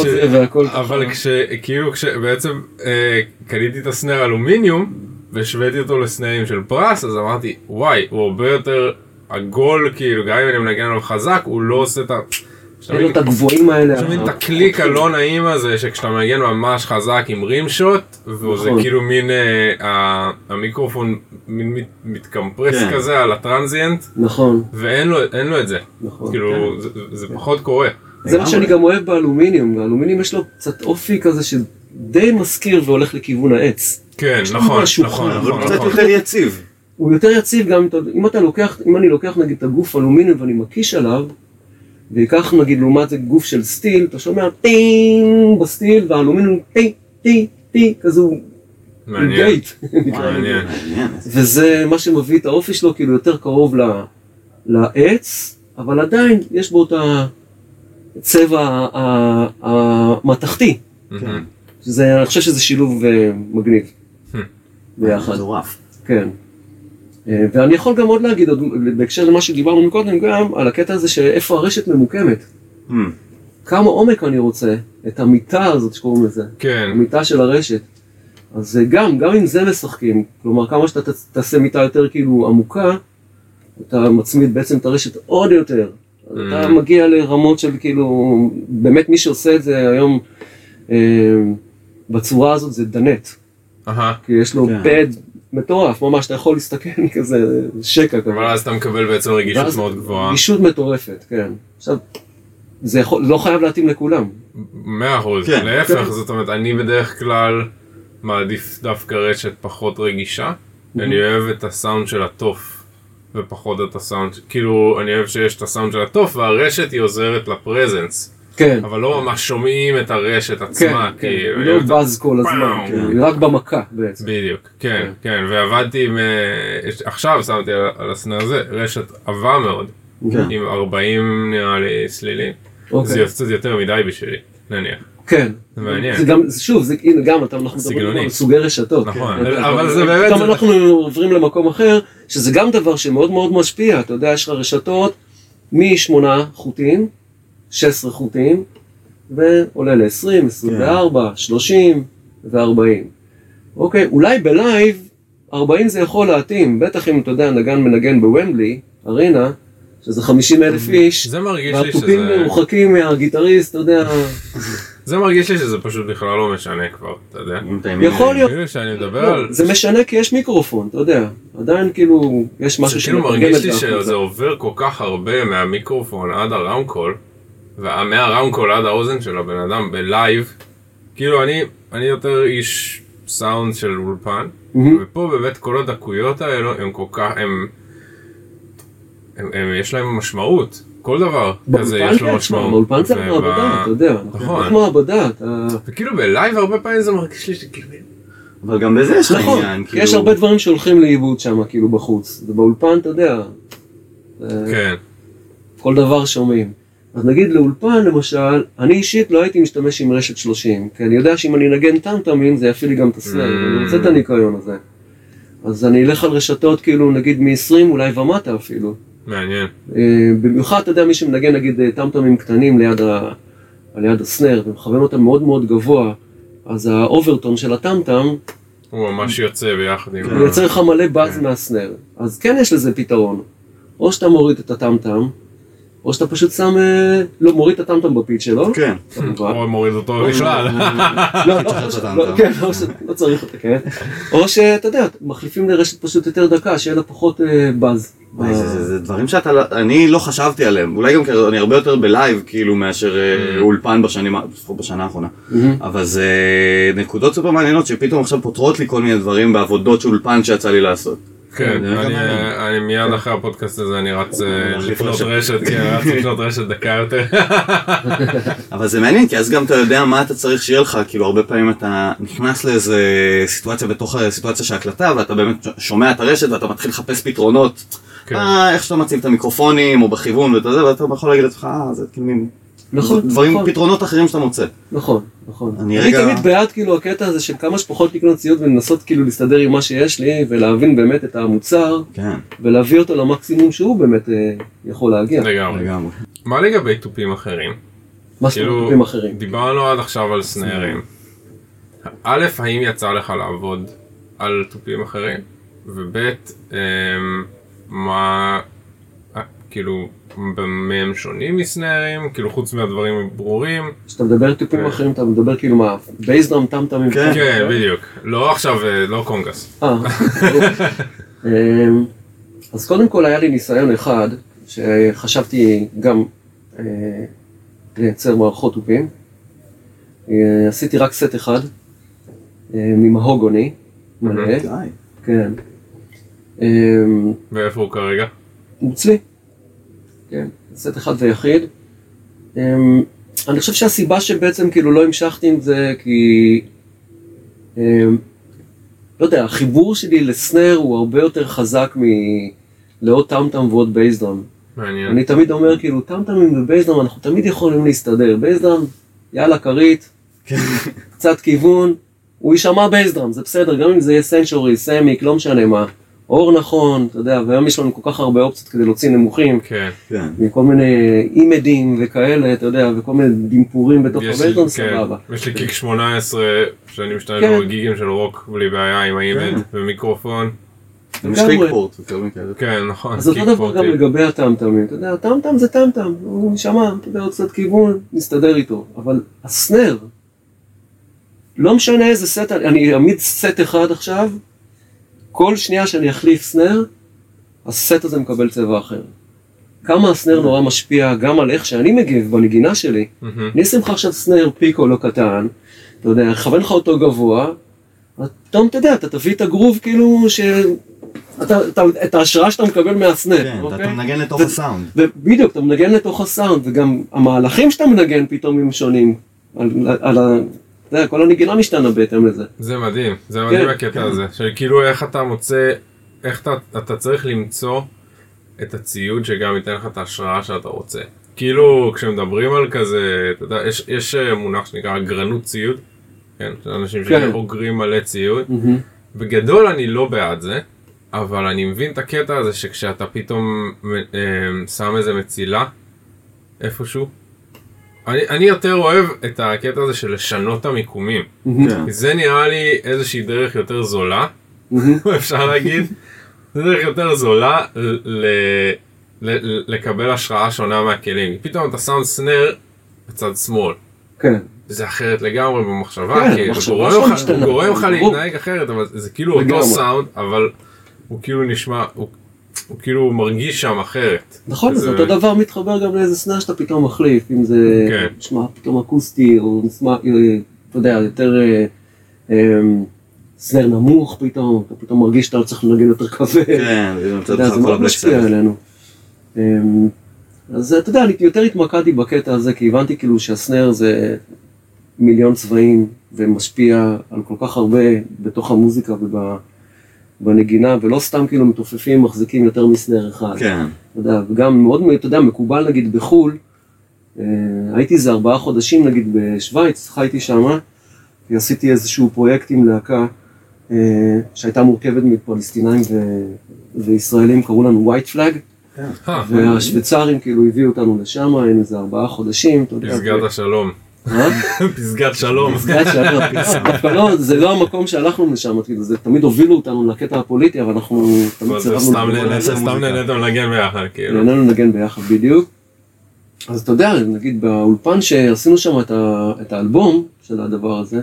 אבל כאילו כשבעצם קניתי את הסנר אלומיניום, והשוויתי אותו לסנרים של ברס, אז אמרתי, וואי, הוא הרבה יותר עגול, כאילו, גם אם אני מנגן עליו חזק, הוא לא עושה את ה... אין לו את הגבוהים האלה. אתה מבין את הקליק הלא נעים הזה, שכשאתה מנגן ממש חזק עם רימשוט, וזה כאילו מין, המיקרופון מתקמפרס כזה על הטרנזיאנט, נכון. ואין לו את זה. כאילו, זה פחות קורה. זה מה שאני גם אוהב באלומיניום, באלומיניום יש לו קצת אופי כזה שדי מזכיר והולך לכיוון העץ. כן, נכון. אבל הוא קצת יותר יציב. הוא יותר יציב גם, אם אני לוקח נגיד את הגוף אלומיניום ואני מקיש עליו, ויקח נגיד לעומת זה גוף של סטיל, אתה שומע טינג בסטיל, והאלומיניום טי, כזה הוא גייט. מעניין. וזה מה שמביא את האופי שלו, כאילו יותר קרוב לעץ, אבל עדיין יש בו את הצבע המתכתי. אני חושב שזה שילוב מגניב. ביחד. מטורף. כן. ואני יכול גם עוד להגיד, בהקשר למה שדיברנו מקודם, גם על הקטע הזה שאיפה הרשת ממוקמת. כמה עומק אני רוצה, את המיטה הזאת שקוראים לזה. כן. המיטה של הרשת. אז גם עם זה משחקים. כלומר, כמה שאתה תעשה מיטה יותר כאילו עמוקה, אתה מצמיד בעצם את הרשת עוד יותר. אתה מגיע לרמות של כאילו, באמת מי שעושה את זה היום בצורה הזאת זה דנט. כי יש לו פד מטורף, ממש אתה יכול להסתכל כזה שקע כזה. אבל אז אתה מקבל בעצם רגישות מאוד גבוהה. רגישות מטורפת, כן. עכשיו, זה לא חייב להתאים לכולם. 100%, להפך, זאת אומרת, אני בדרך כלל מעדיף דווקא רשת פחות רגישה, אני אוהב את הסאונד של הטוף, ופחות את הסאונד, כאילו, אני אוהב שיש את הסאונד של הטוף, והרשת היא עוזרת לפרזנס. כן. אבל לא ממש שומעים את הרשת עצמה. כן, כן. לא בז כל הזמן, היא רק במכה בעצם. בדיוק, כן, כן. ועבדתי עם, עכשיו שמתי על הסנר הזה, רשת עבה מאוד, עם 40 נראה לי סלילים. זה קצת יותר מדי בשבילי, נניח. כן. זה מעניין. זה גם, שוב, זה הנה גם, אנחנו מדברים על סוגי רשתות. נכון, אבל זה באמת... גם אנחנו עוברים למקום אחר, שזה גם דבר שמאוד מאוד משפיע. אתה יודע, יש לך רשתות מ8 חוטים, 16 חוטים, ועולה ל-20, 24, 30 ו-40. אוקיי, אולי בלייב, 40 זה יכול להתאים, בטח אם אתה יודע, נגן מנגן בוומבלי, ארינה, שזה 50,000 איש, והטופים מרוחקים מהגיטריסט, אתה יודע. זה מרגיש לי שזה פשוט בכלל לא משנה כבר, אתה יודע. יכול להיות. שאני מדבר על... זה משנה כי יש מיקרופון, אתה יודע. עדיין כאילו, יש משהו שמתרגם את זה. כאילו מרגיש לי שזה עובר כל כך הרבה מהמיקרופון עד הרמקול, ומהרמקול עד האוזן של הבן אדם בלייב. כאילו אני יותר איש סאונד של אולפן, ופה באמת כל הדקויות האלו הם כל כך, יש להם משמעות. כל דבר כזה יש לו משמעות. באולפן זה מעבדה, אתה יודע. נכון. מעבדה. וכאילו בלייב הרבה פעמים זה מרגיש לי שכאילו... אבל גם בזה יש לך עניין. כי יש הרבה דברים שהולכים לאיבוד שם, כאילו בחוץ. ובאולפן, אתה יודע. כן. כל דבר שומעים. אז נגיד לאולפן למשל, אני אישית לא הייתי משתמש עם רשת 30, כי אני יודע שאם אני נגן טמטמים זה יפעיל לי גם את הסלאר, אני רוצה את הניקיון הזה. אז אני אלך על רשתות כאילו נגיד מ-20 אולי ומטה אפילו. מעניין. במיוחד אתה יודע מי שמנגן נגיד טמטמים קטנים ליד הסנר, ומכוון אותם מאוד מאוד גבוה, אז האוברטון של הטמטם, הוא ממש יוצא ביחד עם... הוא יוצא לך מלא באז מהסנר, אז כן יש לזה פתרון. או שאתה מוריד את הטמטם, או שאתה פשוט שם, לא, מוריד את הטמטם בפיץ שלו. כן. או מוריד אותו בכלל. לא צריך אותה, כן. או שאתה יודע, מחליפים לרשת פשוט יותר דקה, שיהיה לה פחות באז. זה דברים אני לא חשבתי עליהם. אולי גם אני הרבה יותר בלייב, כאילו, מאשר אולפן בשנה האחרונה. אבל זה נקודות סופר מעניינות שפתאום עכשיו פותרות לי כל מיני דברים בעבודות של אולפן שיצא לי לעשות. כן, אני מיד אחרי הפודקאסט הזה אני רץ לפנות רשת, כי אני רץ לפנות רשת דקה יותר. אבל זה מעניין, כי אז גם אתה יודע מה אתה צריך שיהיה לך, כאילו הרבה פעמים אתה נכנס לאיזה סיטואציה בתוך הסיטואציה של ההקלטה, ואתה באמת שומע את הרשת ואתה מתחיל לחפש פתרונות, איך שאתה מציב את המיקרופונים או בכיוון ואתה זה, ואתה יכול להגיד לך, זה כאילו דברים, פתרונות אחרים שאתה מוצא. נכון, נכון. אני תמיד בעד כאילו הקטע הזה של כמה שפחות לקנות ציוד ולנסות כאילו להסתדר עם מה שיש לי ולהבין באמת את המוצר ולהביא אותו למקסימום שהוא באמת יכול להגיע. לגמרי. מה לגבי טופים אחרים? מה טופים אחרים? דיברנו עד עכשיו על סנרים. א', האם יצא לך לעבוד על טופים אחרים? וב', מה, כאילו, במה הם שונים מסנרים, כאילו חוץ מהדברים ברורים. כשאתה מדבר טיפים אחרים, אתה מדבר כאילו מה, בייסדרם, טמטמים? כן, בדיוק. לא עכשיו, לא קונגס. אז קודם כל היה לי ניסיון אחד, שחשבתי גם לייצר מערכות טופים. עשיתי רק סט אחד, ממהוגוני. כן. ואיפה הוא כרגע? הוא אצלי. כן, סט אחד ויחיד. אני חושב שהסיבה שבעצם כאילו לא המשכתי עם זה כי לא יודע, החיבור שלי לסנר הוא הרבה יותר חזק לעוד טמטם ועוד בייסדרם. מעניין. אני תמיד אומר כאילו טמטמים ובייסדרם אנחנו תמיד יכולים להסתדר. בייסדרם, יאללה כרית, קצת כיוון, הוא יישמע בייסדרם, זה בסדר, גם אם זה יהיה סנשורי, סמיק, לא משנה מה. אור נכון, אתה יודע, והיום יש לנו כל כך הרבה אופציות כדי להוציא נמוכים. כן. מכל מיני אימדים וכאלה, אתה יודע, וכל מיני דימפורים בתוך הבייסדרם, סבבה. יש לי קיק 18, שאני משתמש בגיגים של רוק, בלי בעיה עם האימד ומיקרופון. יש קיקפורט. כן, נכון. אז אותו דבר גם לגבי הטמטמים, אתה יודע, הטמטם זה טמטם, הוא נשמע, אתה יודע, עוד קצת כיוון, נסתדר איתו. אבל הסנר, לא משנה איזה סט, אני אעמיד סט אחד עכשיו, כל שנייה שאני אחליף סנר, הסט הזה מקבל צבע אחר. כמה הסנר נורא משפיע גם על איך שאני מגיב בנגינה שלי. אני אשים לך עכשיו סנר פיקו לא קטן, אתה יודע, כוון לך אותו גבוה, פתאום אתה יודע, אתה תביא את הגרוב כאילו את ההשראה שאתה מקבל מהסנר. כן, אתה מנגן לתוך הסאונד. בדיוק, אתה מנגן לתוך הסאונד, וגם המהלכים שאתה מנגן פתאום הם שונים. כל הנגינה משתנה בהתאם לזה. זה מדהים, זה מדהים הקטע הזה. שכאילו איך אתה מוצא, איך אתה צריך למצוא את הציוד שגם ייתן לך את ההשראה שאתה רוצה. כאילו כשמדברים על כזה, אתה יודע, יש מונח שנקרא אגרנות ציוד. כן, של אנשים שאוגרים מלא ציוד. בגדול אני לא בעד זה. אבל אני מבין את הקטע הזה שכשאתה פתאום שם איזה מצילה איפשהו, אני יותר אוהב את הקטע הזה של לשנות את המיקומים. זה נראה לי איזושהי דרך יותר זולה, אפשר להגיד, זה דרך יותר זולה לקבל השראה שונה מהכלים. פתאום אתה שם סנר בצד שמאל. כן. זה אחרת לגמרי במחשבה, כי הוא גורם לך להתנהג אחרת, אבל זה כאילו אותו סאונד, אבל הוא כאילו נשמע, הוא כאילו מרגיש שם אחרת. נכון, זה אותו דבר מתחבר גם לאיזה סנר שאתה פתאום מחליף, אם זה נשמע פתאום אקוסטי, או נשמע, אתה יודע, יותר סנר נמוך פתאום, אתה פתאום מרגיש שאתה לא צריך לנגן יותר כבד. כן, זה מאוד משפיע עלינו. אז אתה יודע, אני יותר התמקדתי בקטע הזה, כי הבנתי כאילו שהסנר זה מיליון צבעים, ומשפיע על כל כך הרבה בתוך המוזיקה ובנגינה, ולא סתם כאילו מתופפים, מחזיקים יותר מסנר אחד. כן. אתה יודע, וגם מאוד, אתה יודע, מקובל נגיד בחול, הייתי איזה 4 חודשים נגיד בשוויץ, חייתי שמה, ועשיתי איזשהו פרויקט עם להקה, שהייתה מורכבת מפלסטינאים וישראלים, קראו לנו White Flag, והשוויצרים כאילו הביאו אותנו לשם, היינו איזה 4 חודשים. פסגת השלום. פסגת שלום. פסגת שלום. זה לא המקום שהלכנו לשם, זה תמיד הובילו אותנו לקטע הפוליטי, אבל אנחנו תמיד צירבנו. סתם נהניתם לנגן ביחד, כאילו. נהנינו לנגן ביחד, בדיוק. אז אתה יודע, נגיד באולפן שעשינו שם את האלבום של הדבר הזה,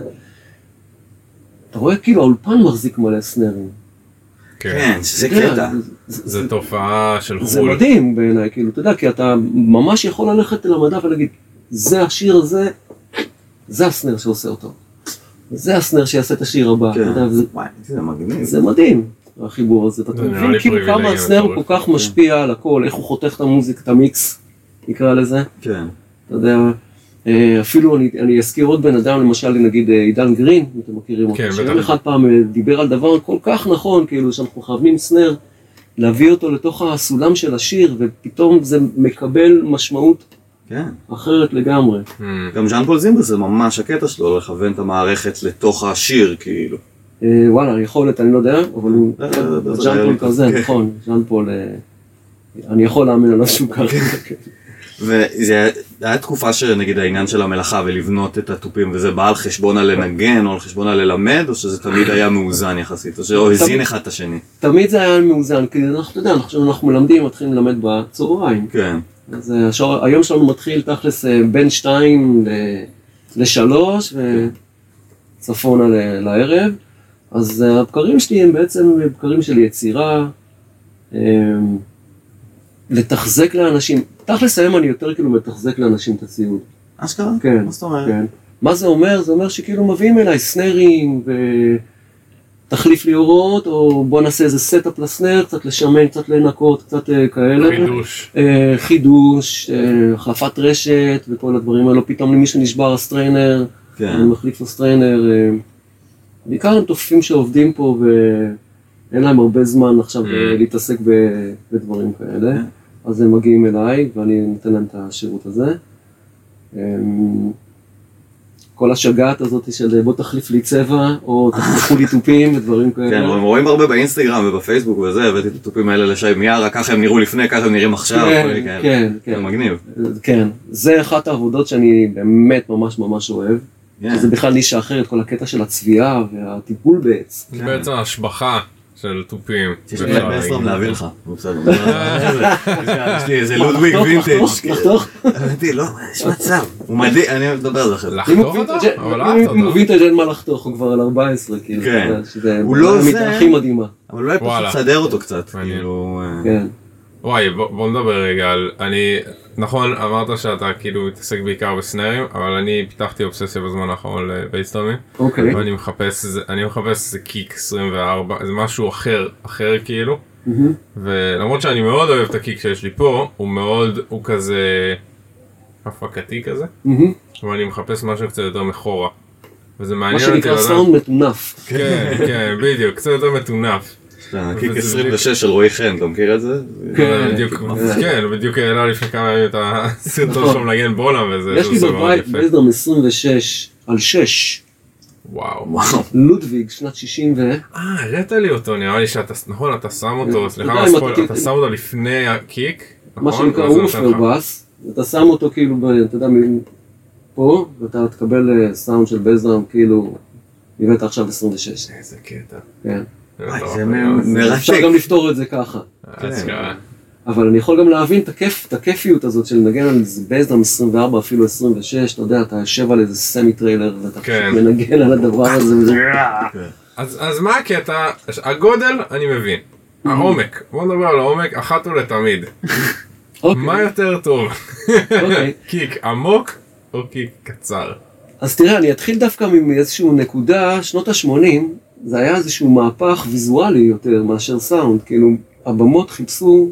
אתה רואה כאילו האולפן מחזיק מלא סנרים. כן, שזה קטע. זה תופעה של חול. זה מדהים בעיניי, כאילו, אתה יודע, כי אתה ממש יכול ללכת אל המדף ולהגיד, זה השיר הזה, זה הסנר שעושה אותו. זה הסנר שיעשה את השיר הבא. וואי, זה מגניב. זה מדהים, החיבור הזה. אתה מבין כאילו כמה הסנר הוא כל כך משפיע על הכל, איך הוא חותך את המוזיקה, את המיקס, נקרא לזה. כן. אתה יודע, אפילו אני אזכיר עוד בן אדם, למשל, נגיד עידן גרין, אם אתם מכירים אותו, שיום אחד פעם דיבר על דבר כל כך נכון, כאילו שאנחנו חייבים סנר, להביא אותו לתוך הסולם של השיר, ופתאום זה מקבל משמעות אחרת לגמרי. גם ז'אן פול זימבר זה ממש הקטע שלו, לכוון את המערכת לתוך השיר, כאילו. וואלה, יכולת, אני לא יודע, אבל ז'אן פול כזה, נכון, ז'אן פול, אני יכול להאמין על משהו ככה. וזה היה תקופה שנגיד העניין של המלאכה ולבנות את הטופים, וזה בא על חשבון הלנגן או על חשבון הללמד, או שזה תמיד היה מאוזן יחסית, או שהזין אחד את השני? תמיד זה היה מאוזן, כי אנחנו, אתה יודע, אנחנו מלמדים, מתחילים ללמד בצהריים. כן. אז היום שלנו מתחיל תכלס בין 2 ל-3 וצפונה לערב, אז הבקרים שלי הם בעצם בקרים של יצירה, לתחזק לאנשים, תכלס היום אני יותר כאילו מתחזק לאנשים את הציוד. אשכרה? כן. מה זאת אומרת? כן. מה זה אומר? זה אומר שכאילו מביאים אליי סנרים ותחליף לי הוראות, או בוא נעשה איזה סטאפ לסנר, קצת לשמן, קצת לנקות, קצת כאלה. חידוש. חידוש, החלפת רשת וכל הדברים האלו, פתאום למישהו נשבר הסטריינר, אני מחליף הסטריינר. בעיקר הם תופפים שעובדים פה ואין להם הרבה זמן עכשיו להתעסק בדברים כאלה. אז הם מגיעים אליי ואני נותן להם את השירות הזה. כל השגעת הזאת של בוא תחליף לי צבע, או תחליפו לי טופים ודברים כאלה. כן, הם רואים הרבה באינסטגרם ובפייסבוק וזה, הבאתי את הטופים האלה לשי מיארה, ככה הם נראו לפני, ככה הם נראים עכשיו. כן, כן. זה מגניב. כן, זה אחת העבודות שאני באמת ממש ממש אוהב. שזה בכלל נישה אחרת, כל הקטע של הצביעה והטיפול בעץ. זה בעצם השבחה של טופים. יש לי בעצם להביא לך. זה לודוויג וינטג'. לחתוך? אמרתי, לא, יש מצב. הוא מדהים, אני מדבר על זה אחרת. לחתוך אותו? אם הוא וינטג' אין מה לחתוך, הוא כבר על 14, כאילו. כן. הוא לא זה. הכי מדהימה. אבל אולי פשוט לסדר אותו קצת. כן. וואי, בוא נדבר רגע על, נכון, אמרת שאתה כאילו מתעסק בעיקר בסנרים, אבל אני פיתחתי אובססיה בזמן האחרון לבייסטרמים. אוקיי. ואני מחפש איזה קיק 24, זה משהו אחר כאילו. ולמרות שאני מאוד אוהב את הקיק שיש לי פה, הוא כזה הפקתי כזה. ואני מחפש משהו קצת יותר מחורה. וזה מעניין אותי לדעת. מה שנקרא סאונד מטונף. כן, בדיוק, קצת יותר מטונף. קיק 26 של רועי חן, אתה מכיר את זה? כן, בדיוק העלה לפני כמה ימים את הסרטון שלו מנגן בולאם וזה. יש לי בבית בייסדרם 26 על 6. וואו. לודוויג, שנת 60 הראת לי אותו, נראה לי שאתה, נכון, אתה שם אותו, סליחה, אתה שם אותו לפני הקיק. מה שנקרא וופר בס, אתה שם אותו כאילו, אתה יודע, פה, ואתה תקבל סאונד של בייסדרם כאילו, הבאת עכשיו 26. איזה קטע. כן. זה מרתק. אפשר גם לפתור את זה ככה. אבל אני יכול גם להבין את הכיפיות הזאת של לנגן על בייסדרם 24, אפילו 26, אתה יודע, אתה יושב על איזה סמי טריילר, ואתה פשוט מנגן על הדבר הזה. אז מה הקטע? הגודל, אני מבין. העומק, בוא נדבר על העומק, אחת ולתמיד. מה יותר טוב? קיק עמוק או קיק קצר? אז תראה, אני אתחיל דווקא מאיזשהו נקודה, שנות ה-80, זה היה איזשהו מהפך ויזואלי יותר מאשר סאונד, כאילו הבמות חיפשו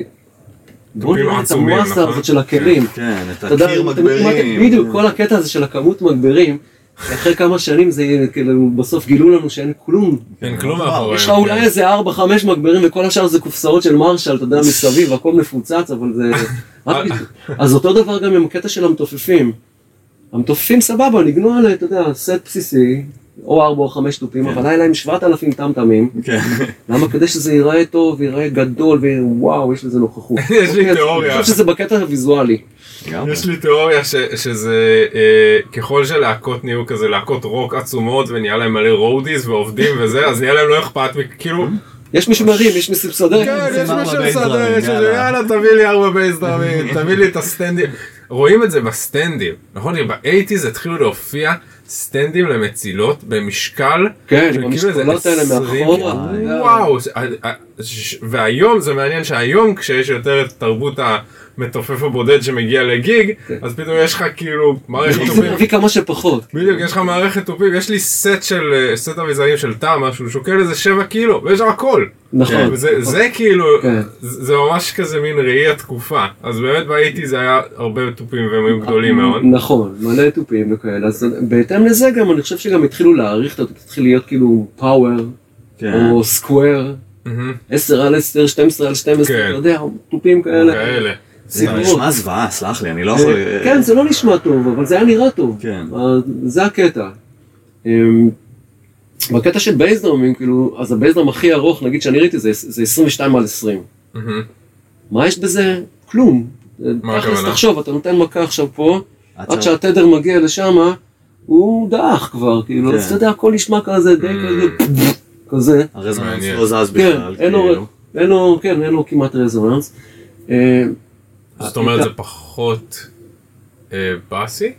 בוא נראה את המסה הזאת של הכלים. כן, את הקיר מגברים. בדיוק, כל הקטע הזה של הכמות מגברים, אחרי כמה שנים זה כאילו בסוף גילו לנו שאין כלום. אין כלום מאחוריהם. יש לך אולי איזה 4-5 מגברים וכל השאר זה קופסאות של מרשל, אתה יודע, מסביב, הכל מפוצץ, אבל זה... אז אותו דבר גם עם הקטע של המתופפים. המתופפים סבבה, ניגנו על, אתה יודע, סט בסיסי, או 4 או 5 טופים, אבל היה להם 7,000 טמטמים. למה? כדי שזה ייראה טוב, ייראה גדול, ווואו, יש לזה נוכחות. יש לי תיאוריה. אני חושב שזה בקטע הוויזואלי. יש לי תיאוריה שזה, ככל שלהקות נהיו כזה, להקות רוק עצומות, ונהיה להם מלא רודיז ועובדים וזה, אז נהיה להם לא אכפת, כאילו... יש מישהו מרים, יש מישהו מסדר. כן, יש מישהו מסדר, יש מישהו, יאללה, תביא לי 4 בייסדרמים, תביא לי את הסטנדים. רואים את זה בסטנדים, נכון? ב-80s התחילו להופיע סטנדים למצילות במשקל. כן, המשקולות האלה מאחורה. וואו, והיום, זה מעניין שהיום כשיש יותר את תרבות המתופף הבודד שמגיע לגיג, אז פתאום יש לך כאילו מערכת טופים. זה מביא כמה שפחות. בדיוק, יש לך מערכת טופים, יש לי סט אביזרים של טעם, שהוא שוקל איזה 7 קילו, ויש שם הכל. נכון. זה כאילו, זה ממש כזה מין ראי התקופה. אז באמת באיטי זה היה הרבה טופים והם היו גדולים מאוד. נכון, מלא טופים וכאלה. אז בהתאם לזה גם, אני חושב שגם התחילו להעריך, התחיל להיות כאילו פאוור, או סקוואר, 10 על 10, 12 על 12, אתה יודע, טופים כאלה. זה נשמע זוועה, סלח לי, אני לא יכול... כן, זה לא נשמע טוב, אבל זה היה נראה טוב. זה הקטע. בקטע של בייסדרמים, כאילו, אז הבייסדרם הכי ארוך, נגיד שאני ראיתי, זה 22 על 20. מה יש בזה? כלום. תחשוב, אתה נותן מכה עכשיו פה, עד שהתדר מגיע לשם, הוא דאח כבר, כאילו, אז אתה יודע, הכל נשמע כזה, די כזה. הרזוננס לא זז בכלל, כאילו. אין לו כמעט רזוננס. זאת אומרת, זה פחות באסי?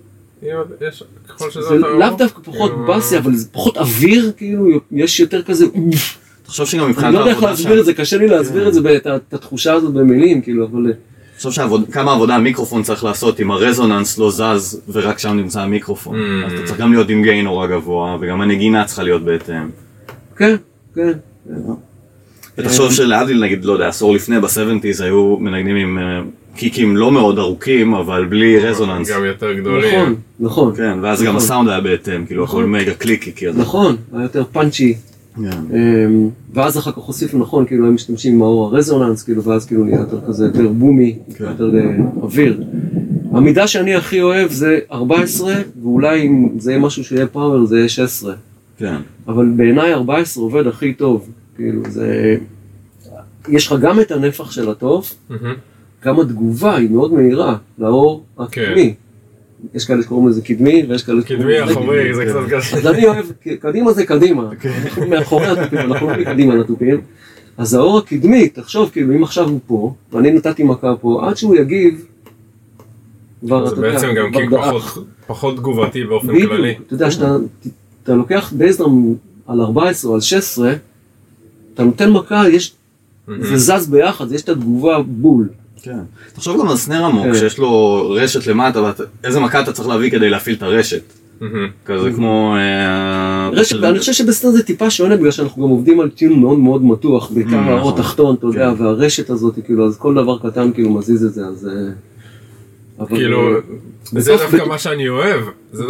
זה לאו דווקא פחות באסי, אבל זה פחות אוויר, כאילו, יש יותר כזה... תחשוב שגם מבחינת העבודה שם... אני לא יודע איך להסביר את זה, קשה לי להסביר את זה, את התחושה הזאת במילים, כאילו, אבל... תחשוב כמה עבודה המיקרופון צריך לעשות אם הרזוננס לא זז ורק שם נמצא המיקרופון. אז אתה צריך גם להיות עם גיין נורא גבוה, וגם הנגינה צריכה להיות בהתאם. כן, כן. ותחשוב שלהבדיל, נגיד, לא יודע, עשור לפני, ב-70's היו מנגנים עם קיקים לא מאוד ארוכים, אבל בלי רזוננס. גם יותר גדולים. נכון. כן, ואז גם הסאונד היה בהתאם, כאילו, הכל מגה קליקי. נכון, היה יותר פאנצ'י. ואז אחר כך הוסיפו, נכון, כאילו, הם משתמשים עם האור הרזוננס, כאילו, ואז כאילו נהיה יותר כזה, יותר בומי, יותר אוויר. המידה שאני הכי אוהב זה 14, ואולי אם זה יהיה משהו שיהיה פאוור, זה יהיה 16. כן. אבל בעיניי 14 עובד הכי טוב. כאילו זה... יש לך גם את הנפח של הטוב, גם התגובה היא מאוד מהירה לאור הקדמי. יש כאלה שקוראים לזה קדמי, ויש כאלה שקוראים לזה... קדמי אחורי, זה קצת קשה. אז אני אוהב, קדימה זה קדימה. אנחנו מאחורי הטופים, אנחנו לא מקדימה לטופים. אז האור הקדמי, תחשוב, כאילו אם עכשיו הוא פה, ואני נתתי מכה פה, עד שהוא יגיב, זה בעצם גם כאילו פחות תגובתי באופן כללי. אתה יודע, שאתה לוקח בייסדרם על 14 או על 16, אתה נותן מכה, יש זה זז ביחד, יש את התגובה בול. כן. תחשוב גם על סנר עמוק, שיש לו רשת למטה, ואיזה מכה אתה צריך להביא כדי להפעיל את הרשת. כזה כמו... אני חושב שבסנר זה טיפה שונה, בגלל שאנחנו גם עובדים על טיון מאוד מאוד מתוח, בעיקר הערות תחתון, אתה יודע, והרשת הזאת, כאילו, אז כל דבר קטן כאילו מזיז את זה, אז... כאילו, זה דווקא מה שאני אוהב,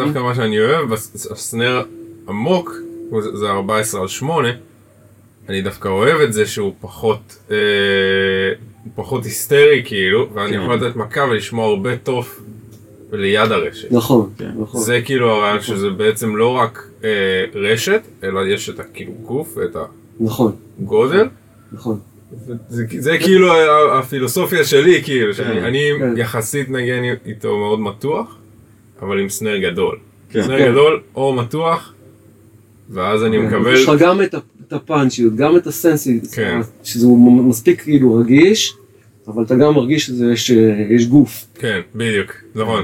הסנר עמוק, זה 14/8, אני דווקא אוהב את זה שהוא פחות היסטרי כאילו, ואני יכול לתת מכה ולשמוע הרבה טוב ליד הרשת. נכון. זה כאילו הרעיון שזה בעצם לא רק רשת, אלא יש את כאילו גוף ואת הגודל. נכון. זה כאילו הפילוסופיה שלי, כאילו, שאני יחסית נגן איתו מאוד מתוח, אבל עם סנר גדול. סנר גדול או מתוח, ואז אני מקבל... יש לך גם את הפאנצ'יות, גם את הסנסיות, שזה מספיק כאילו רגיש, אבל אתה גם מרגיש שיש גוף. כן, בדיוק, נכון.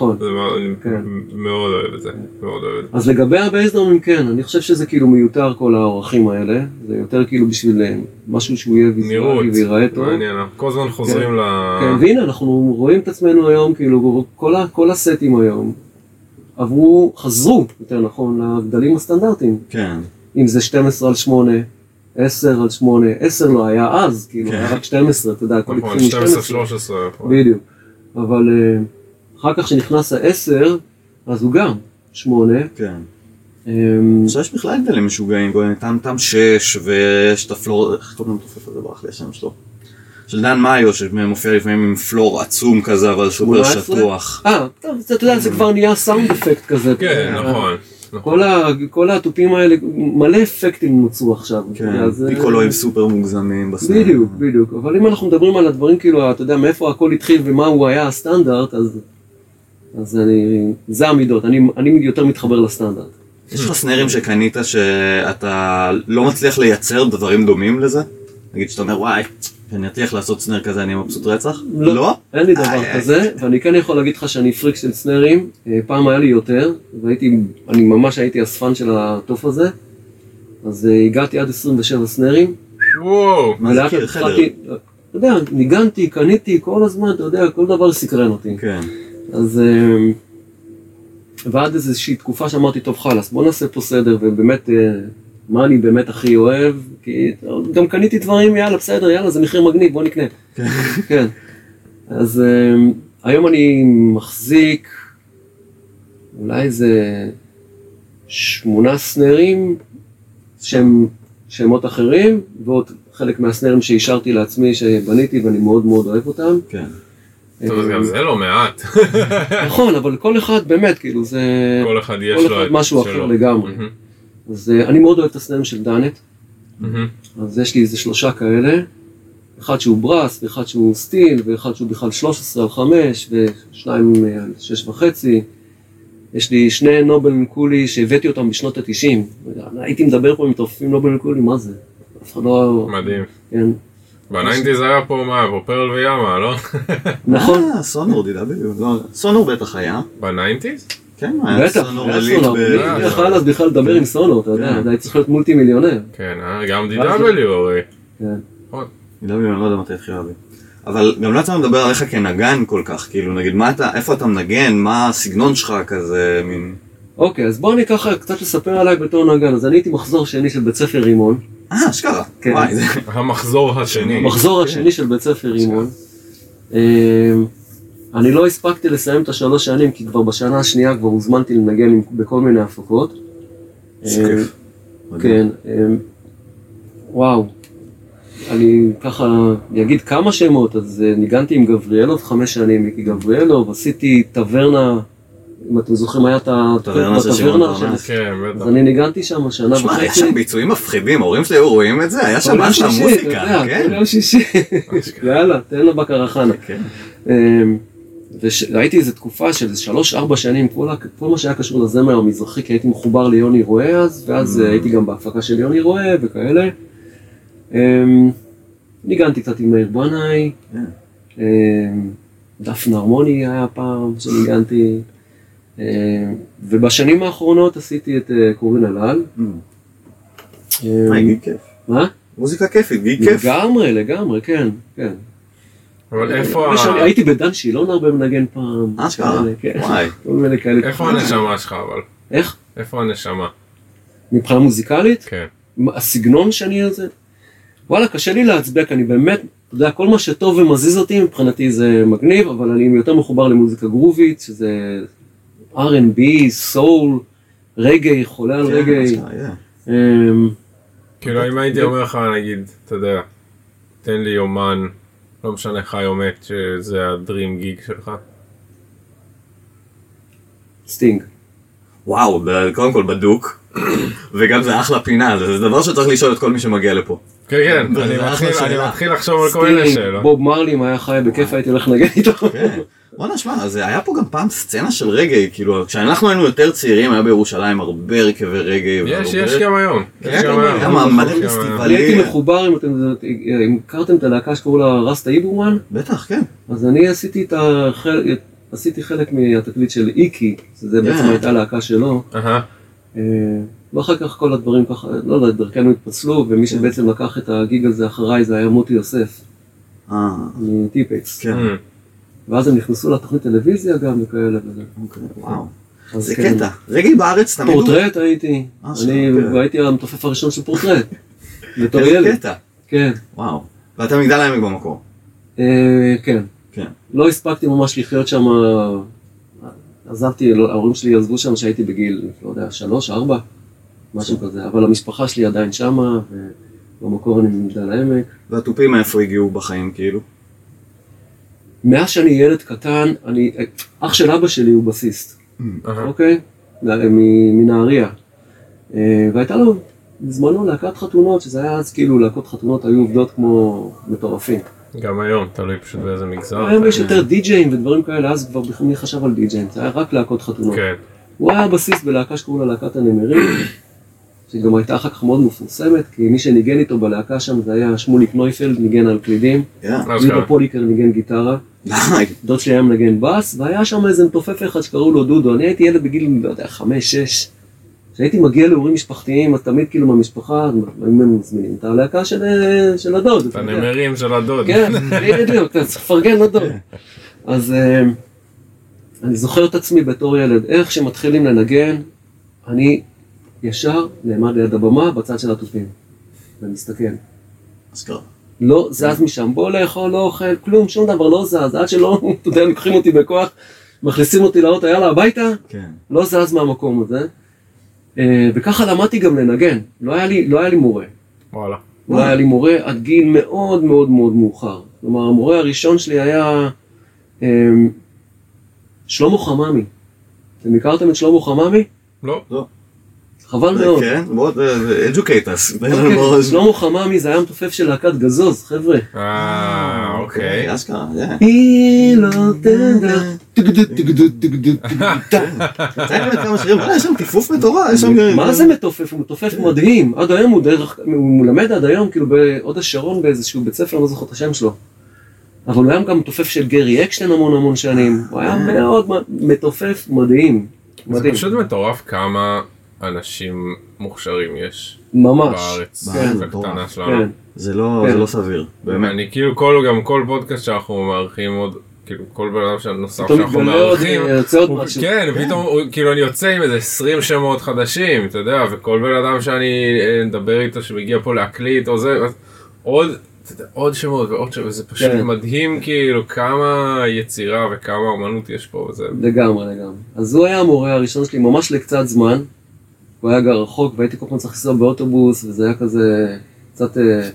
מאוד אוהב את זה, מאוד אוהב את זה. אז לגבי הבייסדרמים, כן, אני חושב שזה כאילו מיותר כל האורחים האלה, זה יותר כאילו בשביל משהו שהוא יהיה ויזואלי ויראה טוב. מעניין, כל הזמן חוזרים ל... כן, והנה, אנחנו רואים את עצמנו היום, כאילו, כל הסטים היום, חזרו, יותר נכון, לגדלים הסטנדרטיים. כן. אם זה 12/8, 10/8, 10 לא היה אז, כאילו, היה רק 12, אתה יודע, נכון, 12-13. בדיוק. אבל אחר כך שנכנס ה-10, אז הוא גם 8. כן. עכשיו יש בכלל גדלים משוגעים, טם 6, ויש את הפלור, איך קוראים לתופף הזה ברח לי השם שלו? של דן מאיו, שמופיע לפעמים עם פלור עצום כזה, אבל סופר שטוח. טוב, אתה יודע, זה כבר נהיה סאונד אפקט כזה. כן, נכון. כל הטופים האלה, מלא אפקטים נוצרו עכשיו. כן, פיקולואים סופר מוגזמים בסנר. בדיוק. אבל אם אנחנו מדברים על הדברים, כאילו, אתה יודע, מאיפה הכל התחיל ומה הוא היה הסטנדרט, אז זה המידות, אני יותר מתחבר לסטנדרט. יש לך סנרים שקנית שאתה לא מצליח לייצר דברים דומים לזה? נגיד שאתה אומר, וואי, אני אצליח לעשות סנר כזה, אני מבסוט רצח? לא? אין לי דבר כזה, ואני כן יכול להגיד לך שאני פריק של סנרים, פעם היה לי יותר, ואני ממש הייתי אספן של הטוף הזה, אז הגעתי עד 27 סנרים. וואו, מזכיר חדר. אתה יודע, ניגנתי, קניתי, כל הזמן, אתה יודע, כל דבר סקרן אותי. כן. אז... ועד איזושהי תקופה שאמרתי, טוב חלס, בוא נעשה פה סדר, ובאמת, מה אני באמת הכי אוהב, כי גם קניתי דברים, יאללה, בסדר, יאללה, זה מחיר מגניב, בוא נקנה. כן. אז היום אני מחזיק, אולי איזה 8 סנרים, שהם שמות אחרים, ועוד חלק מהסנרים שהשארתי לעצמי, שבניתי, ואני מאוד מאוד אוהב אותם. כן. טוב, גם זה לא מעט. נכון, אבל כל אחד באמת, כאילו, זה... כל אחד יש לו משהו אחר לגמרי. אז אני מאוד אוהב את הסנרים של דאנט. אז יש לי איזה 3 כאלה. אחד שהוא ברס, ואחד שהוא סטיל, ואחד שהוא בכלל 13/5, ושניים 6.5. יש לי 2 נובל קולי שהבאתי אותם בשנות ה-90. הייתי מדבר פה עם תופפים נובל קולי, מה זה? אף אחד לא... מדהים. כן. ב-90's היה פה מה? פה פרל ויאמה, לא? נכון. סונור DW, סונור בטח היה. ב-90's? כן, היה סונור אליט. אני יכול אז בכלל לדבר עם סונור, אתה יודע, הייתי צריך להיות מולטי מיליונר. כן, גם DW הרי. כן. DW אני לא יודע מתי התחילה להביא. אבל גם לא יצאנו לדבר עליך כנגן כל כך, כאילו נגיד איפה אתה מנגן, מה הסגנון שלך כזה מין... אוקיי, אז בוא אני ככה קצת לספר עליי בתור נגן, אז אני הייתי מחזור שני של בית ספר רימון. אשכרה. כן. המחזור השני. המחזור השני של בית ספר רימון. אני לא הספקתי לסיים את 3 שנים, כי כבר בשנה השנייה כבר הוזמנתי לנגן בכל מיני הפקות. כן. וואו. אני ככה אגיד כמה שמות, אז ניגנתי עם גבריאלוב 5 שנים, מיקי גבריאלוב, עשיתי טברנה, אם אתם זוכרים היה את הטברנה של שמעון פרנס. אז אני ניגנתי שם שנה וחצי. שמע, היה שם ביצועים מפחידים, ההורים שלי היו רואים את זה, היה שם משהו המוזיקה, כן? כל יום שישי, יאללה, תן לו בקרחנה. והייתי איזו תקופה של 3-4 שנים, כל מה שהיה קשור לזמר המזרחי, כי הייתי מחובר ליוני רואה אז, ואז הייתי גם בהפקה של יוני רואה וכאלה. ניגנתי קצת עם מאיר בנאי, דפנה הרמוני היה פעם שניגנתי, ובשנים האחרונות עשיתי את קורין הלל. הגיג כיף. מה? מוזיקה כיפית, גיג כיף. לגמרי, כן. אבל איפה... הייתי בדן שילון הרבה מנגן פעם. אשכרה, וואי. איפה הנשמה שלך אבל? איך? איפה הנשמה? מבחינה מוזיקלית? כן. הסגנון שאני על זה? וואלה, קשה לי להצבק, אני באמת, אתה יודע, כל מה שטוב ומזיז אותי, מבחינתי זה מגניב, אבל אני יותר מחובר למוזיקה גרובית, שזה R&B, סול, רגעי, חולה על רגעי. כאילו, אם הייתי אומר לך, נגיד, אתה יודע, תן לי יומן, לא משנה חי או מת, שזה הדרים גיג שלך. סטינג. וואו, קודם כל בדוק, וגם זה אחלה פינה, זה דבר שצריך לשאול את כל מי שמגיע לפה. כן, אני מתחיל לחשוב על כל מיני שאלות. בוב מרלי, היה חי בכיף, הייתי הולך לנגן איתו. בוא נשמע, אז היה פה גם פעם סצנה של רגעי, כאילו, כשאנחנו היינו יותר צעירים, היה בירושלים הרבה רכבי רגעי. יש גם היום. היה מלא פסטיבלים. אני הייתי מחובר, אם הכרתם את הלהקה שקראו לה רסטה איבורמן? בטח, כן. אז אני עשיתי חלק מהתקליט של איקי, שזה בעצם הייתה להקה שלו. ואחר כך כל הדברים ככה, לא יודע, דרכנו התפצלו, ומי שבעצם לקח את הגיג הזה אחריי זה היה מוטי יוסף. מטיפקס. כן. ואז הם נכנסו לתוכנית טלוויזיה גם וכאלה וזה. וואו. זה קטע. רגעי בארץ תמיד הוא... פורטרט הייתי. אני הייתי המתופף הראשון של פורטרט. בתור ילד. איזה קטע. כן. וואו. ואתה מגדל העמק במקור. כן. כן. לא הספקתי ממש לחיות שם, עזבתי, ההורים שלי עזבו שם שהייתי בגיל, לא יודע, 3, 4, משהו כזה, אבל המשפחה שלי עדיין שמה, ובמקור אני מגדל העמק. והטופים איפה הגיעו בחיים כאילו? מאז שאני ילד קטן, אח של אבא שלי הוא בסיסט, אוקיי? מנהריה. והייתה לו בזמנו להקת חתונות, שזה היה אז כאילו להקות חתונות היו עובדות כמו מטורפים. גם היום, תלוי פשוט באיזה מגזר. היום יש יותר די-ג'יים ודברים כאלה, אז כבר בכלל מי חשב על די-ג'יים, זה היה רק להקות חתונות. כן. הוא היה בסיס בלהקה שקראו לה להקת הנמרים, שגם הייתה אחר כך מאוד מפורסמת, כי מי שניגן איתו בלהקה שם זה היה שמוליק נויפלד, ניגן על קלידים, ליבה פוליקר ניגן גיטרה, דוד שלי היה מנגן בס, והיה שם איזה מתופף אחד שקראו לו דודו, אני הייתי ילד בגיל, לא יודע, 5, 6, כשהייתי מגיע להורים משפחתיים, אז תמיד כאילו מהמשפחה, הם מזמינים את הלהקה של הדוד. את הנמרים של הדוד. כן, בדיוק, אתה צריך לפרגן לדוד. אז אני זוכר את עצמי בתור ילד, איך שמתחילים לנגן, אני ישר נעמד ליד הבמה בצד של התופים, ומסתכל. אז קרה. לא זז משם, בוא לאכול, לא אוכל, כלום, שום דבר לא זז, עד שלא, אתה יודע, לוקחים אותי בכוח, מכניסים אותי לאוטו, יאללה, הביתה, לא זז מהמקום הזה. וככה למדתי גם לנגן, לא היה לי מורה. וואלה. לא היה לי מורה עד גיל מאוד מאוד מאוד מאוחר. כלומר, המורה הראשון שלי היה שלמה חממי. אתם הכרתם את שלמה חממי? לא. חבל מאוד. כן, מאוד educate us. שלמה חממי זה היה מתופף של להקת גזוז, חבר'ה. אוקיי. אשכרה, היא לא תדע. כמה שירים, יש שם טיפוף מטורף. מה זה מתופף? הוא מתופף מדהים. עד היום הוא מלמד עד היום, כאילו בעוד השרון באיזשהו בית ספר, לא זוכר את השם שלו. אבל הוא היה גם מתופף של גרי אקשטיין המון שנים. הוא היה מאוד מתופף מדהים. זה פשוט מטורף כמה אנשים מוכשרים יש. ממש. בארץ. בקטנה שלנו. זה לא סביר. באמת. אני כאילו כל פודקאסט שאנחנו מארחים עוד, כאילו כל בן אדם נוסף שאנחנו מארחים, כן, פתאום כאילו אני יוצא עם איזה 20 שמות חדשים, אתה יודע, וכל בן אדם שאני מדבר איתו שמגיע פה להקליט או זה, עוד שמות ועוד שמות, וזה פשוט מדהים כאילו כמה יצירה וכמה אומנות יש פה. לגמרי. אז הוא היה המורה הראשון שלי ממש לקצת זמן, הוא היה גר רחוק והייתי כל פעם צריך לנסוע באוטובוס, וזה היה כזה קצת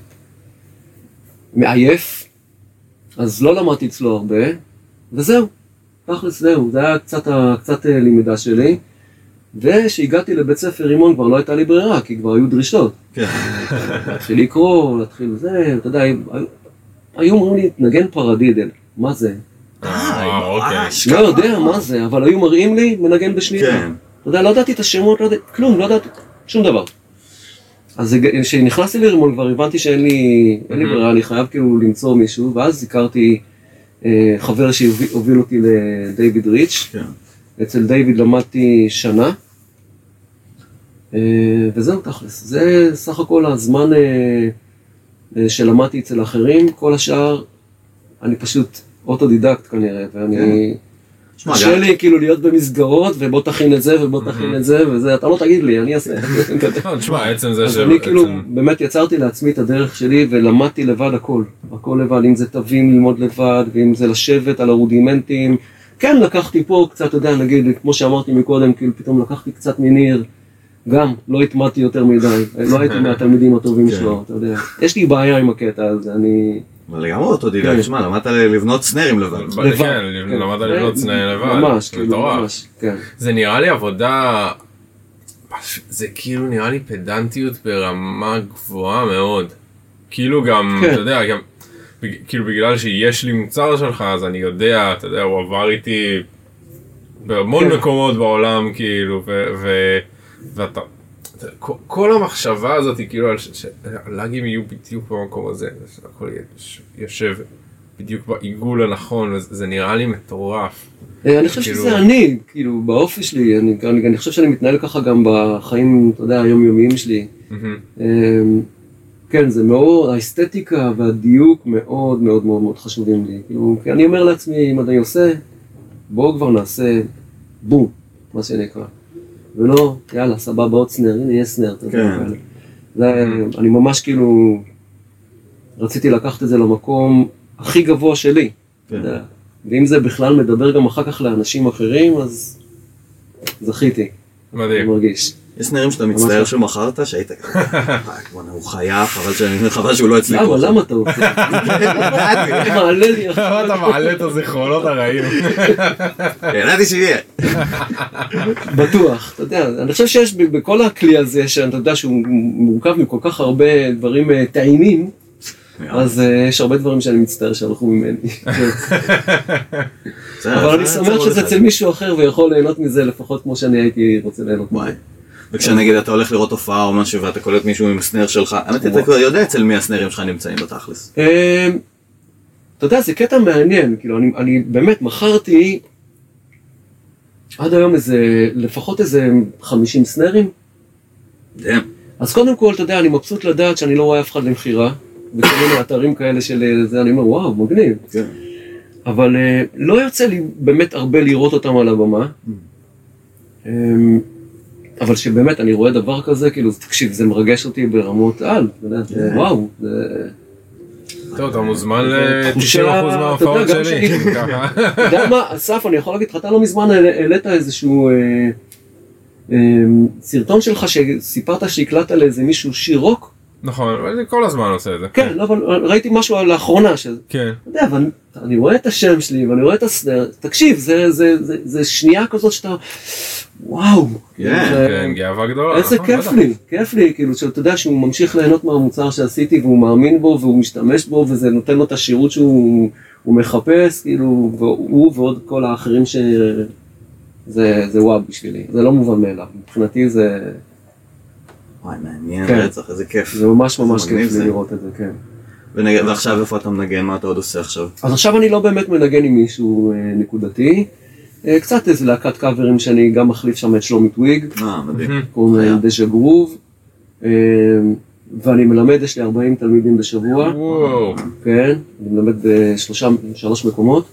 מעייף. אז לא למדתי אצלו הרבה, וזהו, תכלס זהו, זה היה קצת לימדה שלי, ושהגעתי לבית ספר רימון כבר לא הייתה לי ברירה, כי כבר היו דרישות. כן. להתחיל לקרוא, להתחיל זה, אתה יודע, היו אומרים לי, נגן פרדידל, מה זה? לא יודע מה זה, אבל היו מראים לי, מנגן בשנייה. כן. אתה יודע, לא ידעתי את השמות, לא ידעתי, כלום, לא ידעתי, שום דבר. אז כשנכנסתי לרימון כבר הבנתי שאין לי ברירה, אני חייב כאילו למצוא מישהו, ואז הכרתי חבר שהוביל אותי לדייוויד ריץ'. כן. אצל דיוויד למדתי שנה, וזהו תכלס. זה סך הכל הזמן שלמדתי אצל אחרים, כל השאר אני פשוט אוטודידקט כנראה, ואני... קשה לי כאילו להיות במסגרות, ובוא תכין את זה, ובוא תכין את זה, וזה, אתה לא תגיד לי, אני אעשה. תשמע, עצם זה אז אני כאילו באמת יצרתי לעצמי את הדרך שלי, ולמדתי לבד הכל לבד, אם זה תווים ללמוד לבד, ואם זה לשבת על הרודימנטים. כן, לקחתי פה קצת, אתה יודע, נגיד, כמו שאמרתי מקודם, כאילו פתאום לקחתי קצת מניר, גם לא התמדתי יותר מדי, לא הייתי מהתלמידים הטובים שלו, אתה יודע. יש לי בעיה עם הקטע הזה, אני... אבל לגמרי אוטודידקט, שמע, למדת לבנות סנרים לבד. כן, למדת לבנות סנרים לבד. ממש, כאילו, ממש, כן. זה נראה לי עבודה, זה כאילו נראה לי פדנטיות ברמה גבוהה מאוד. כאילו גם, אתה יודע, גם, כאילו בגלל שיש לי מוצר שלך, אז אני יודע, אתה יודע, הוא עבר איתי בהמון מקומות בעולם, כאילו, ואתה... כל המחשבה הזאת היא כאילו, שהלאגים יהיו בדיוק במקום הזה, שהכל יושב בדיוק בעיגול הנכון, זה נראה לי מטורף. אני חושב שזה אני, כאילו, באופי שלי, אני חושב שאני מתנהל ככה גם בחיים, אתה יודע, היומיומיים שלי. כן, זה מאוד, האסתטיקה והדיוק מאוד מאוד מאוד מאוד חשובים לי. כאילו, כי אני אומר לעצמי, אם אני עושה, בואו כבר נעשה בום, מה שנקרא. ולא, יאללה, סבבה, עוד סנר, הנה יש סנר, אתה יודע. אני ממש כאילו, רציתי לקחת את זה למקום הכי גבוה שלי. ואם זה בכלל מדבר גם אחר כך לאנשים אחרים, אז זכיתי. מדהים. אני מרגיש. יש סנרים שאתה מצטער שמכרת, שהיית ככה, הוא חייב, חבל שהוא לא הצליח. למה אתה עושה? מעלה לי עכשיו. למה אתה מעלה את הזיכרונות הרעים? ידעתי שיהיה. בטוח, אתה יודע, אני חושב שיש בכל הכלי הזה, שאתה יודע שהוא מורכב מכל כך הרבה דברים טעימים, אז יש הרבה דברים שאני מצטער שהלכו ממני. אבל אני שמח שזה אצל מישהו אחר ויכול ליהנות מזה לפחות כמו שאני הייתי רוצה ליהנות מזה. וכשנגיד אתה הולך לראות הופעה או משהו ואתה קולט מישהו עם הסנר שלך, האמת אתה כבר יודע אצל מי הסנרים שלך נמצאים בתכלס. אתה יודע, זה קטע מעניין, כאילו אני באמת מכרתי עד היום לפחות איזה 50 סנרים. אז קודם כל, אתה יודע, אני מבסוט לדעת שאני לא רואה אף אחד למחירה, וכל מיני אתרים כאלה של זה, אני אומר, וואו, מגניב. אבל לא יוצא לי באמת הרבה לראות אותם על הבמה. אבל שבאמת אני רואה דבר כזה, כאילו, תקשיב, זה מרגש אותי ברמות על, וואו, זה... טוב, אתה מוזמן ל-90% מההופעות שלי. אתה יודע מה, אסף, אני יכול להגיד לך, אתה לא מזמן העלית איזשהו סרטון שלך שסיפרת שהקלטת לאיזה מישהו שיר רוק? נכון, אני כל הזמן עושה את זה. כן, אבל ראיתי משהו לאחרונה, כן. אתה יודע, אבל אני רואה את השם שלי ואני רואה את הסנר, תקשיב, זה שנייה כזאת שאתה, וואו. כן, גאווה גדולה. איזה כיף לי, כאילו, שאתה יודע שהוא ממשיך ליהנות מהמוצר שעשיתי והוא מאמין בו והוא משתמש בו וזה נותן לו את השירות שהוא מחפש, כאילו, והוא ועוד כל האחרים זה וואו בשבילי, זה לא מובן מאליו, מבחינתי זה... וואי, מעניין, רצח, איזה כיף. זה ממש ממש כיף לי לראות את זה, כן. ועכשיו איפה אתה מנגן? מה אתה עוד עושה עכשיו? אז עכשיו אני לא באמת מנגן עם מישהו נקודתי. קצת איזה להקת קאברים שאני גם מחליף שם את שלומי טוויג. מדהים. קוראים דז'ה גרוב. ואני מלמד, יש לי 40 תלמידים בשבוע. וואו. כן, אני מלמד בשלוש מקומות.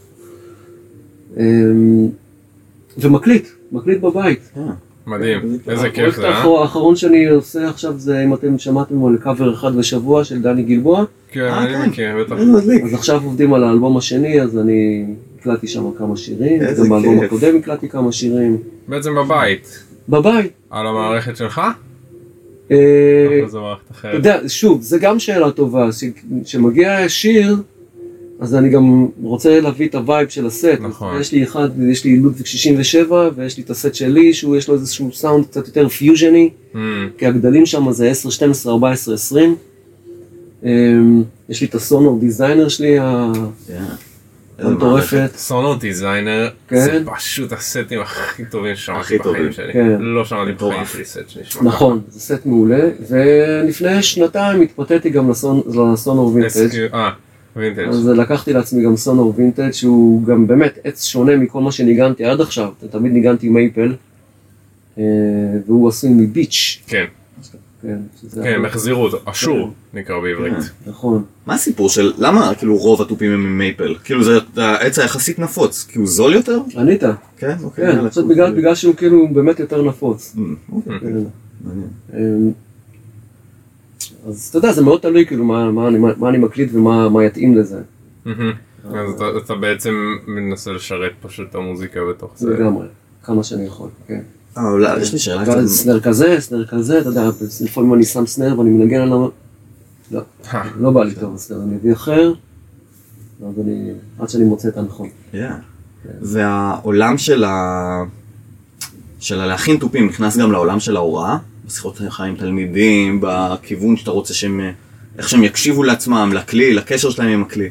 ומקליט בבית. מדהים, איזה כיף זה, האחרון שאני עושה עכשיו זה, אם אתם שמעתם על קאבר אחד בשבוע של דני גלבוע. כן, אני מכיר, בטח. אז עכשיו עובדים על האלבום השני, אז אני הקלטתי שם כמה שירים, גם באלבום הקודם הקלטתי כמה שירים. בעצם בבית. בבית. על המערכת שלך? אתה יודע, שוב, זה גם שאלה טובה, שמגיע שיר, אז אני גם רוצה להביא את הווייב של הסט. נכון. יש לי לודוויג 67, ויש לי את הסט שלי, שהוא יש לו איזשהו סאונד קצת יותר פיוז'ני, כי הגדלים שם זה 10, 12, 14, 20. יש לי את הסונור דיזיינר שלי, המטורפת. סונור דיזיינר, זה פשוט הסטים הכי טובים ששמעתי בחיים שלי. לא שמעתי בחיים שלי סט שנשמע. נכון, זה סט מעולה, ולפני שנתיים התפתיתי גם לסונור וינטג'. וינטג'. אז לקחתי לעצמי גם סונור וינטג' שהוא גם באמת עץ שונה מכל מה שניגנתי עד עכשיו. תמיד ניגנתי מייפל, והוא עשוי מביץ'. כן. כן, החזירו אותו, אשור נקרא בעברית. נכון. מה הסיפור של, למה כאילו רוב התופים הם ממייפל? כאילו זה העץ היחסית נפוץ, כי הוא זול יותר? ענית. כן, אוקיי. כן, קצת בגלל שהוא כאילו באמת יותר נפוץ. אז אתה יודע, זה מאוד תלוי כאילו מה אני מקליט ומה יתאים לזה. אז אתה בעצם מנסה לשרת פשוט את המוזיקה בתוך זה. לגמרי, כמה שאני יכול, כן. אולי, יש לי שאלה קצת. סנר כזה, אתה יודע, לפעמים אני שם סנר ואני מנגן עליו. לא בא לי טוב הסנר, אני אביא אחר, עד שאני מוצא את הנכון. והעולם של להכין תופים נכנס גם לעולם של ההוראה? בשיחות שלך עם תלמידים, בכיוון שאתה רוצה איך שהם יקשיבו לעצמם, לכלי, לקשר שלהם עם הכלי.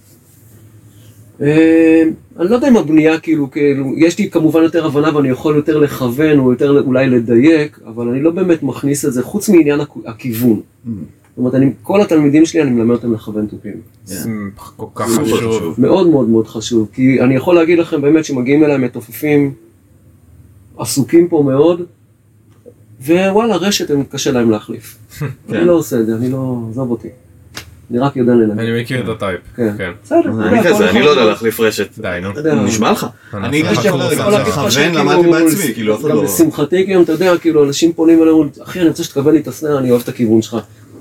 אני לא יודע אם הבנייה כאילו, יש לי כמובן יותר הבנה ואני יכול יותר לכוון או יותר אולי לדייק, אבל אני לא באמת מכניס את זה, חוץ מעניין הכיוון. זאת אומרת, כל התלמידים שלי אני מלמד אותם לכוון תופים. זה כל כך חשוב. מאוד מאוד מאוד חשוב, כי אני יכול להגיד לכם באמת שמגיעים אליי מתופפים עסוקים פה מאוד, ווואלה, רשת הם קשה להם להחליף. אני לא עושה את זה, אני לא, עזוב אותי. אני רק יודע לנגן. אני מכיר את הטייפ. כן. בסדר. אני לא יודע להחליף רשת. די, נו. נשמע לך. אני מכוון, למדתי בעצמי, כאילו, אף אחד לא... גם לשמחתי, כאילו, אתה יודע, כאילו, אנשים פונים אלינו, אחי, אני רוצה שתכוון לי את הסנר, אני אוהב את הכיוון שלך.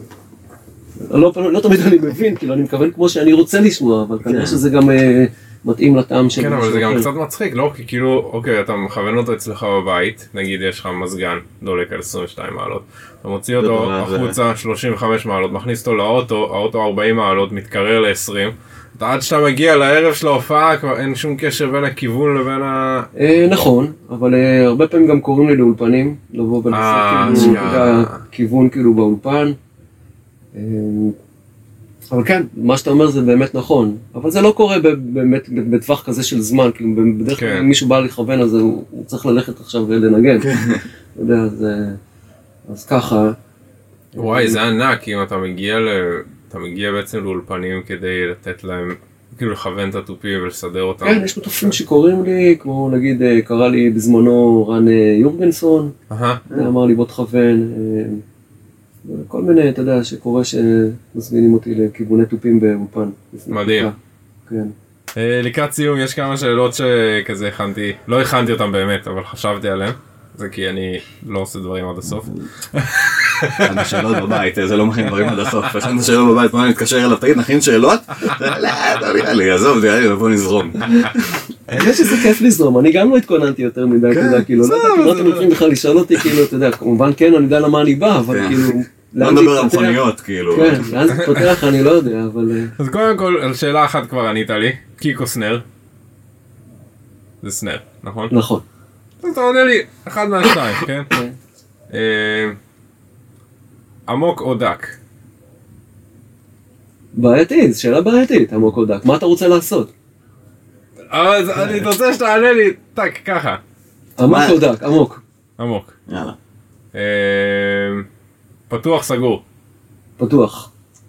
לא תמיד אני מבין, כאילו, אני מכוון כמו שאני רוצה לשמוע, אבל כנראה שזה גם מתאים לטעם של... כן, אבל זה גם קצת מצחיק, לא? כי כאילו, אוקיי, אתה מכוון אותו אצלך בבית, נגיד יש לך מזגן, דולק על 22 מעלות, אתה מוציא אותו החוצה 35 מעלות, מכניס אותו לאוטו, האוטו 40 מעלות, מתקרר ל-20, עד שאתה מגיע לערב של ההופעה, כבר אין שום קשר בין הכיוון לבין ה... נכון, אבל הרבה פעמים גם קוראים לי לאולפנים, לבוא ולעשות כאילו, הכיוון כאילו באולפן. אבל כן, מה שאתה אומר זה באמת נכון, אבל זה לא קורה באמת בטווח כזה של זמן, כאילו בדרך כלל אם מישהו בא לכוון אז הוא צריך ללכת עכשיו ולנגן, אתה יודע, אז ככה. וואי, זה ענק, אם אתה מגיע בעצם לאולפנים כדי לתת להם, כאילו לכוון את התופים ולסדר אותם. כן, יש תופים שקוראים לי, כמו נגיד קרא לי בזמנו רן יורגנסון, אמר לי בוא תכוון, כל מיני, אתה יודע, שקורה שמזמינים אותי לכיווני תופים באולפן. מדהים. כן. לקראת סיום, יש כמה שאלות שכזה לא הכנתי אותם באמת, אבל חשבתי עליהן. זה כי אני לא עושה דברים עד הסוף. אני שאלות בבית, זה לא מכין דברים עד הסוף. יש לנו שאלות בבית, בוא נתקשר אליו, תגיד, נכין שאלות? לא, נראה לי, עזוב, נראה לי, בוא נזרום. האמת שזה כיף לזרום, אני גם לא התכוננתי יותר מדי, אתה יודע, כאילו, לא אתם הולכים בכלל לשאול אותי, כאילו, אתה יודע, כמובן כן, אני יודע למה אני בא, אבל כאילו... לא נדבר על מכוניות, כאילו. כן, לאן זה פותח, אני לא יודע, אבל... אז קודם כל, על שאלה אחת כבר ענית לי, קיקו סנר. זה סנר, נכון? נכון. אז אתה עונה לי, אחד מהשתיים, כן? עמוק או דק? בעייתית, שאלה בעייתית, עמוק או דק. מה אתה רוצה לעשות? אז אני רוצה שתענה לי, טק, ככה. עמוק או דק? עמוק. עמוק. יאללה. פתוח, סגור. פתוח.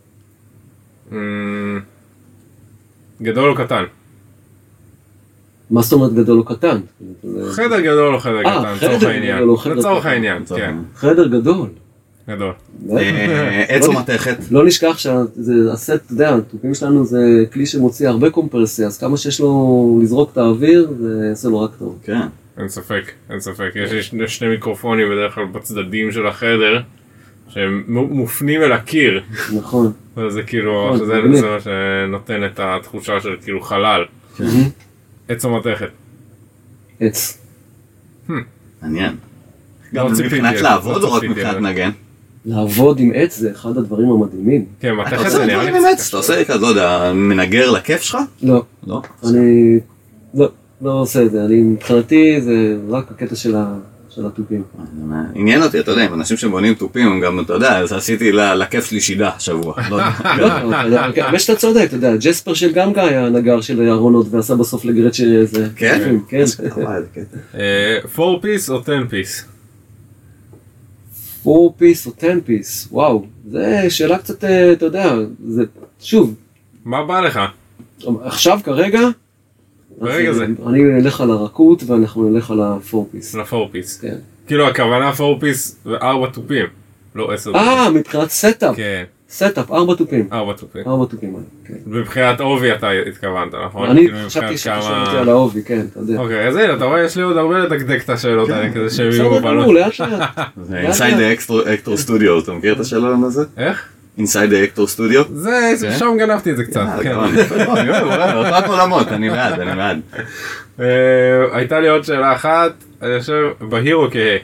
גדול או קטן? מה זאת אומרת גדול או קטן? חדר גדול או חדר קטן, לצורך העניין. לצורך העניין, כן. חדר גדול. גדול. עץ או מתכת? לא נשכח שהסט, אתה יודע, התופים שלנו זה כלי שמוציא הרבה קומפרסיה, אז כמה שיש לו לזרוק את האוויר, זה יעשה לו רק טוב. כן. אין ספק, אין ספק. יש שני מיקרופונים בדרך כלל בצדדים של החדר, שהם מופנים אל הקיר. נכון. וזה כאילו, זה מה שנותן את התחושה של כאילו חלל. עץ או מתכת? עץ. מעניין. גם מבחינת לעבוד או רק מבחינת נגן? לעבוד עם עץ זה אחד הדברים המדהימים. כן, מתכת זה נראה לי קצת. אתה עושה כזה, לא יודע, מנגר לכיף שלך? לא. לא? אני לא עושה את זה. מבחינתי זה רק הקטע של התופים. עניין אותי, אתה יודע, עם אנשים שבונים תופים, גם אתה יודע, אז עשיתי לכיף שלי שידה שבוע. אבל שאתה צודק, אתה יודע, ג'ספר של גמגה היה נגר של ארונות ועשה בסוף לגרד של זה. כן? כן. 4-piece או 10-piece? 4-piece או 10-piece, וואו, זה שאלה קצת, אתה יודע, זה, שוב. מה בא לך? עכשיו, כרגע? ברגע זה. אני נלך על הרכות ואנחנו נלך על ה-4-piece. על ה-4-piece. כן. כאילו הכוונה 4-piece ו4 תופים. לא 10 תופים. מבחינת סטאפ. כן. סטאפ, 4 תופים. 4 תופים. 4 תופים, כן. מבחינת עובי אתה התכוונת, נכון? אני חשבתי שחשבתי על העובי, כן, אתה יודע. אוקיי, אז הנה, אתה רואה, יש לי עוד הרבה לדקדק את השאלות האלה, כזה שהם יהיו בסדר בבלות. גמור, לאט לאט. זה Inside the Actor Studio, אתה מכיר את השאלון הזה? איך? Inside the Actor Studio? זה, שם גנבתי את זה קצת. רק עולמות, אני בעד. הייתה לי עוד שאלה אחת, אני חושב, בהיר או כהה?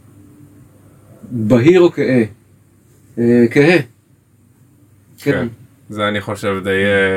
בהיר או כהה? כהה. כן. זה אני חושב די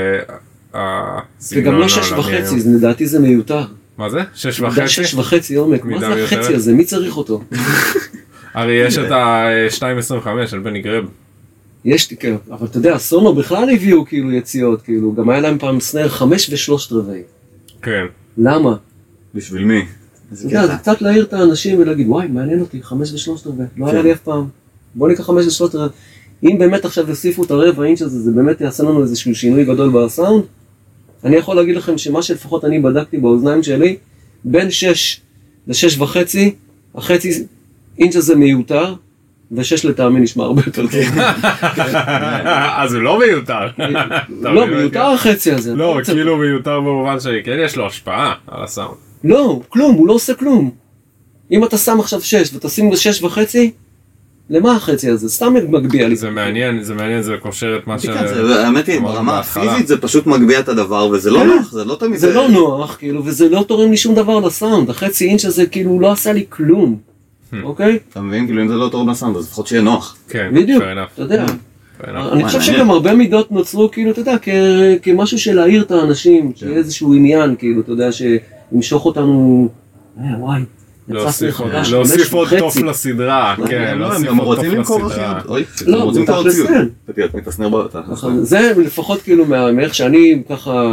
וגם לא 6.5, לדעתי זה מיותר. מה זה? 6.5? 6.5 עומק, מה זה החצי הזה? מי צריך אותו? הרי יש את ה-2.25 על בני גרב. יש, כן, אבל אתה יודע, סונו בכלל הביאו כאילו יציאות, כאילו, גם היה להם פעם סנר 5.75. כן. למה? בשביל מי? אתה יודע, זה קצת להעיר את האנשים ולהגיד, וואי, מעניין אותי, 5.75, לא היה לי אף פעם. בוא ניקח 5.75. אם באמת עכשיו יוסיפו את הרבע אינץ' הזה, זה באמת יעשה לנו איזשהו שינוי גדול בסאונד. אני יכול להגיד לכם שמה שלפחות אני בדקתי באוזניים שלי, בין 6 ל-6.5, החצי אינץ' הזה מיותר, ו6 לטעמי נשמע הרבה יותר טוב. אז הוא לא מיותר. לא, מיותר החצי הזה. לא, כאילו מיותר במובן שלי, כן יש לו השפעה על הסאונד. לא, כלום, הוא לא עושה כלום. אם אתה שם עכשיו 6 ותשים ב6.5, למה החצי הזה? סתם מגביע לי. זה מעניין, זה קושר את מה ש... האמת היא, ברמה הפיזית זה פשוט מגביע את הדבר, וזה לא נוח, זה לא תמיד... זה לא נוח, כאילו, וזה לא תורם לי שום דבר לסאונד. החצי אינץ' הזה כאילו לא עשה לי כלום. אוקיי? אתה מבין? כאילו אם זה לא תורם לסאונד, אז לפחות שיהיה נוח. כן, בדיוק, אתה יודע. אני חושב שגם הרבה מידות נוצרו, כאילו, אתה יודע, כמשהו של להעיר את האנשים, שיהיה איזשהו עניין, כאילו, אתה יודע, שימשוך אותנו, וואי. להוסיף עוד טוף לסדרה, כן, להוסיף עוד טוף לסדרה. לא, מתכלסן. זה לפחות כאילו מאיך שאני ככה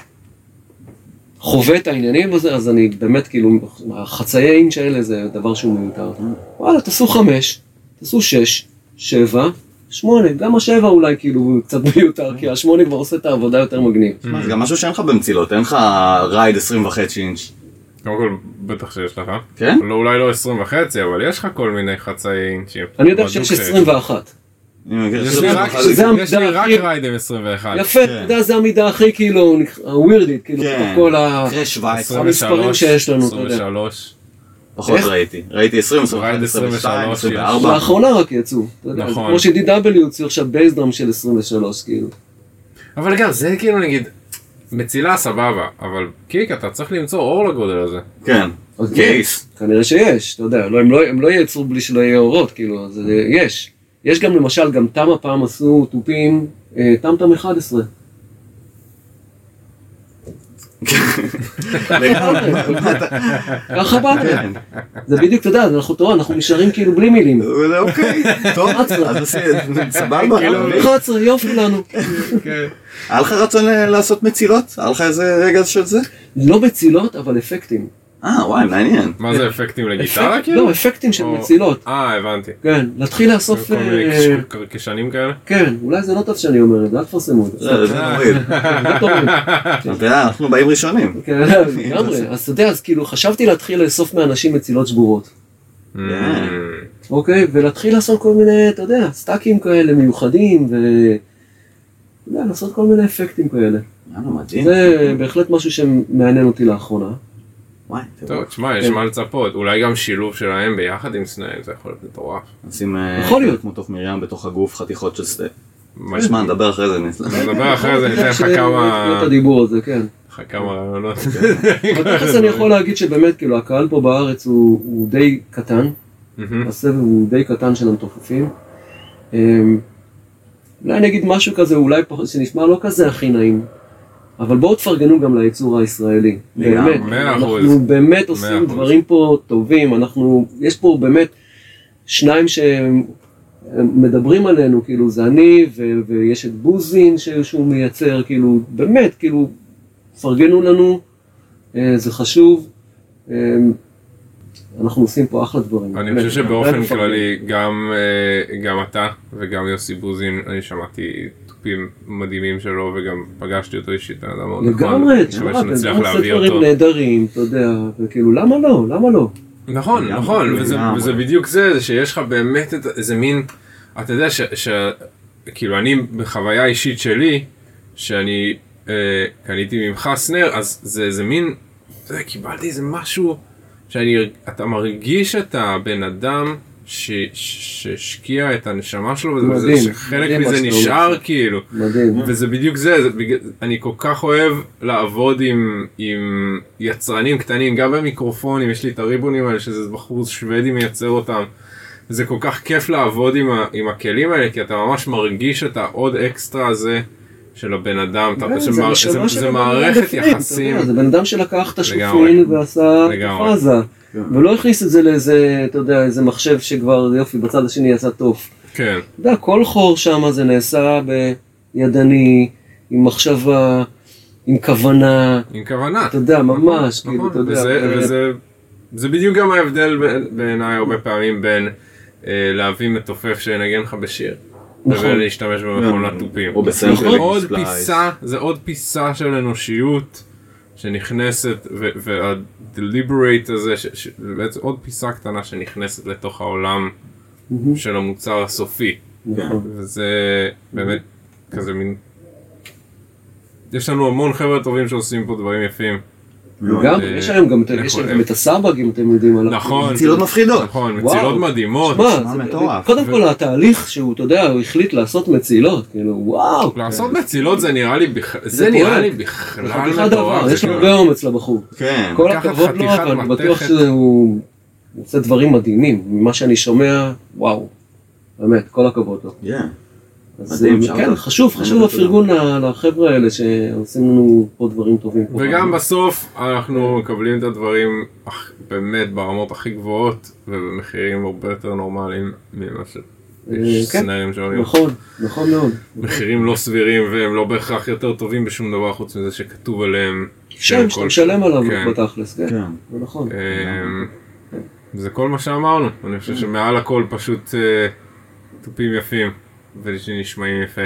חווה את העניינים בזה, אז אני באמת כאילו, החצאי אינץ' האלה זה דבר שהוא מיותר. וואלה, תעשו 5, תעשו 6, 7, 8, גם ה7 אולי כאילו קצת מיותר, כי ה8 כבר עושה את העבודה יותר מגניב. זה גם משהו שאין לך במצילות, אין לך רייד 20.5 אינץ'. קודם כל, בטח שיש לך. כן? אולי לא 20.5, אבל יש לך כל מיני חצאי אינצ'ים. אני יודע שיש 21. יש לי רק ריידם 21. יפה, אתה יודע, זה המידה הכי כאילו, הווירדית, כאילו, כל המספרים שיש לנו, אתה יודע. 23. פחות ראיתי 20, 22, 24. לאחרונה רק יצאו, אתה יודע, כמו ש-DW יוצאו עכשיו בייסדרם של 23, כאילו. אבל גם, זה כאילו נגיד, מצילה סבבה, אבל קיק, אתה צריך למצוא אור לגודל הזה. כן, גייס. כנראה שיש, אתה יודע, הם לא ייצרו בלי שלא יהיה אורות, כאילו, אז יש. יש גם למשל, גם תמה פעם עשו טופים, תמתם 11. ככה באתם. זה בדיוק, אתה יודע, אנחנו נשארים כאילו בלי מילים. אוקיי, טוב, אז סבבה. 11, יופי לנו. היה לך רצון לעשות מצילות? היה לך איזה רגע של זה? לא מצילות, אבל אפקטים. וואי, מעניין. מה זה אפקטים לגיטרה כאילו? לא, אפקטים של מצילות. הבנתי. כן, להתחיל לאסוף... כל מיני קרקשנים כאלה? כן, אולי זה לא טוב שאני אומר את זה, אל תפרסמו את זה. זה נוריד. אתה יודע, אנחנו באים ראשונים. כן, לגמרי. אז אתה יודע, אז כאילו חשבתי להתחיל לאסוף מאנשים מצילות שבורות. אוקיי, ולהתחיל לעשות כל מיני, אתה יודע, סטאקים כאלה מיוחדים, לעשות כל מיני אפקטים כאלה. זה בהחלט משהו שמעניין אותי לאחרונה. טוב, תשמע, יש מה לצפות, אולי גם שילוב שלהם ביחד עם סנאים, זה יכול להיות מטורף. נשים כמו תוף מרים בתוך הגוף חתיכות של סטייק. תשמע, נדבר אחרי זה. נדבר אחרי זה, ניתן לך כמה... את הדיבור הזה, כן. לך כמה רעיונות. אבל תכף אני יכול להגיד שבאמת, כאילו, הקהל פה בארץ הוא די קטן. הסבב הוא די קטן של המתופפים. אולי אני אגיד משהו כזה, אולי שנשמע לא כזה הכי נעים. אבל בואו תפרגנו גם ליצור הישראלי, באמת, אנחנו באמת עושים דברים פה טובים, יש פה באמת שניים שמדברים עלינו, כאילו זה אני ויש את בוזין שהוא מייצר, כאילו באמת, כאילו פרגנו לנו, זה חשוב, אנחנו עושים פה אחלה דברים. אני חושב שבאופן כללי גם אתה וגם יוסי בוזין, אני שמעתי טופים מדהימים שלו וגם פגשתי אותו אישית, אני יודע מאוד נכון. לגמרי, תשמע, אתם עושה דברים נהדרים, אתה יודע, וכאילו למה לא, למה לא? נכון, וזה בדיוק זה שיש לך באמת איזה מין אתה יודע כאילו אני בחוויה אישית שלי, שאני קניתי ממך סנר, אז זה מין, קיבלתי איזה משהו, אתה מרגיש את הבן אדם שהשקיע את הנשמה שלו, וחלק מזה נשאר כאילו, וזה בדיוק זה, אני כל כך אוהב לעבוד עם יצרנים קטנים, גם במיקרופונים, יש לי את הריבונים האלה, שזה בחור שוודי מייצר אותם, זה כל כך כיף לעבוד עם הכלים האלה, כי אתה ממש מרגיש את העוד אקסטרה הזה של הבן אדם, זה מערכת יחסים. זה בן אדם שלקח את השקופים ועשה פאזה, ולא הכניס את זה לאיזה, אתה יודע, איזה מחשב שכבר יופי, בצד השני יצא טוב. כן. אתה יודע, כל חור שם זה נעשה בידני, עם מחשבה, עם כוונה. עם כוונה. אתה יודע, ממש, כאילו, אתה יודע. וזה בדיוק גם ההבדל בעיניי הרבה פעמים בין להביא מתופף שינגן לך בשיר. ובין להשתמש במכונת תופים. או בסמפל. זה עוד פיסה של אנושיות שנכנסת, וה-deliberate הזה, בעצם עוד פיסה קטנה שנכנסת לתוך העולם של המוצר הסופי. וזה באמת כזה מין... יש לנו המון חבר'ה טובים שעושים פה דברים יפים. גם, יש להם גם את הסאבג, אם אתם יודעים עליו. נכון. מצילות מפחידות. נכון, מצילות מדהימות. קודם כל התהליך שהוא, אתה יודע, הוא החליט לעשות מצילות, כאילו, וואו. לעשות מצילות זה נראה לי בכלל מטורף. יש לו הרבה אומץ לבחור. כן. כל הכבוד לו, אבל אני בטוח שהוא עושה דברים מדהימים. ממה שאני שומע, וואו. באמת, כל הכבוד לו. אז כן, חשוב הפרגון לחבר'ה האלה שעושים לנו פה דברים טובים. וגם בסוף אנחנו מקבלים את הדברים באמת ברמות הכי גבוהות ובמחירים הרבה יותר נורמליים ממה סנרים שעולים. נכון מאוד. מחירים לא סבירים והם לא בהכרח יותר טובים בשום דבר חוץ מזה שכתוב עליהם שם שאתה משלם עליו בתכלס, כן, זה נכון. זה כל מה שאמרנו, אני חושב שמעל הכל פשוט טופים יפים ושנשמעים יפה.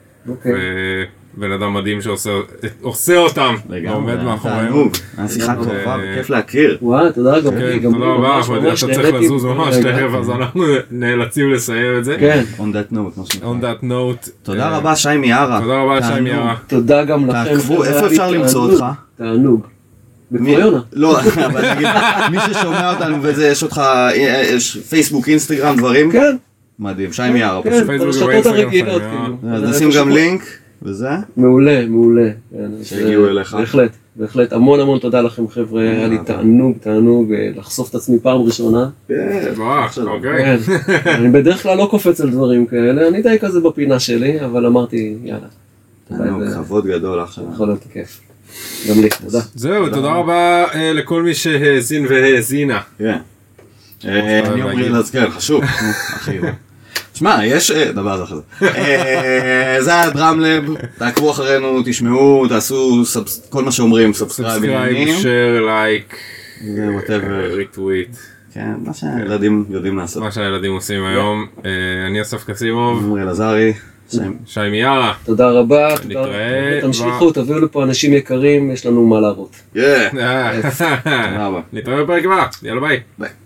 ובן אדם מדהים שעושה אותם. עומד מאחורינו. השיחה קרובה וכיף להכיר. וואו, תודה רבה. תודה רבה, אנחנו יודעים שאתה צריך לזוז ממש תכף, אז אנחנו נאלצים לסיים את זה. כן. On that note. On that note. תודה רבה שי מיארה. תודה רבה שי מיארה. תודה גם לכם. תעקבו, איפה אפשר למצוא אותך? תענוג. בקריונה. לא, אבל נגיד, מי ששומע אותנו וזה, יש אותך פייסבוק, אינסטגרם, דברים? כן. מדהים, שי מיארה. כן, ברשתות הרגילות. אז נשים גם לינק, וזה? מעולה. שהגיעו אליך. בהחלט. המון תודה לכם חבר'ה, היה לי תענוג לחשוף את עצמי פעם ראשונה. אוקיי. אני בדרך כלל לא קופץ על דברים כאלה, אני די כזה בפינה שלי, אבל אמרתי יאללה. תענוג, כבוד גדול עכשיו. יכול להיות כיף. גם לי, תודה. זהו, תודה רבה לכל מי שהאזין והאזינה. כן. אני אומר להזכר, חשוב. שמע, יש... דבר זה אחרי זה. זה היה דראמלב, תעקבו אחרינו, תשמעו, תעשו כל מה שאומרים, סאבסקרייב, שייר, לייק, ריטוויט. כן, מה שהילדים יודעים לעשות. מה שהילדים עושים היום. אני אסף קסימוב. עמרי אלעזרי. שי מיארה. תודה רבה. נתראה. תמשיכו, תביאו לפה אנשים יקרים, יש לנו מה להראות. תודה רבה. נתראה בפרק הבא. יאללה ביי. ביי.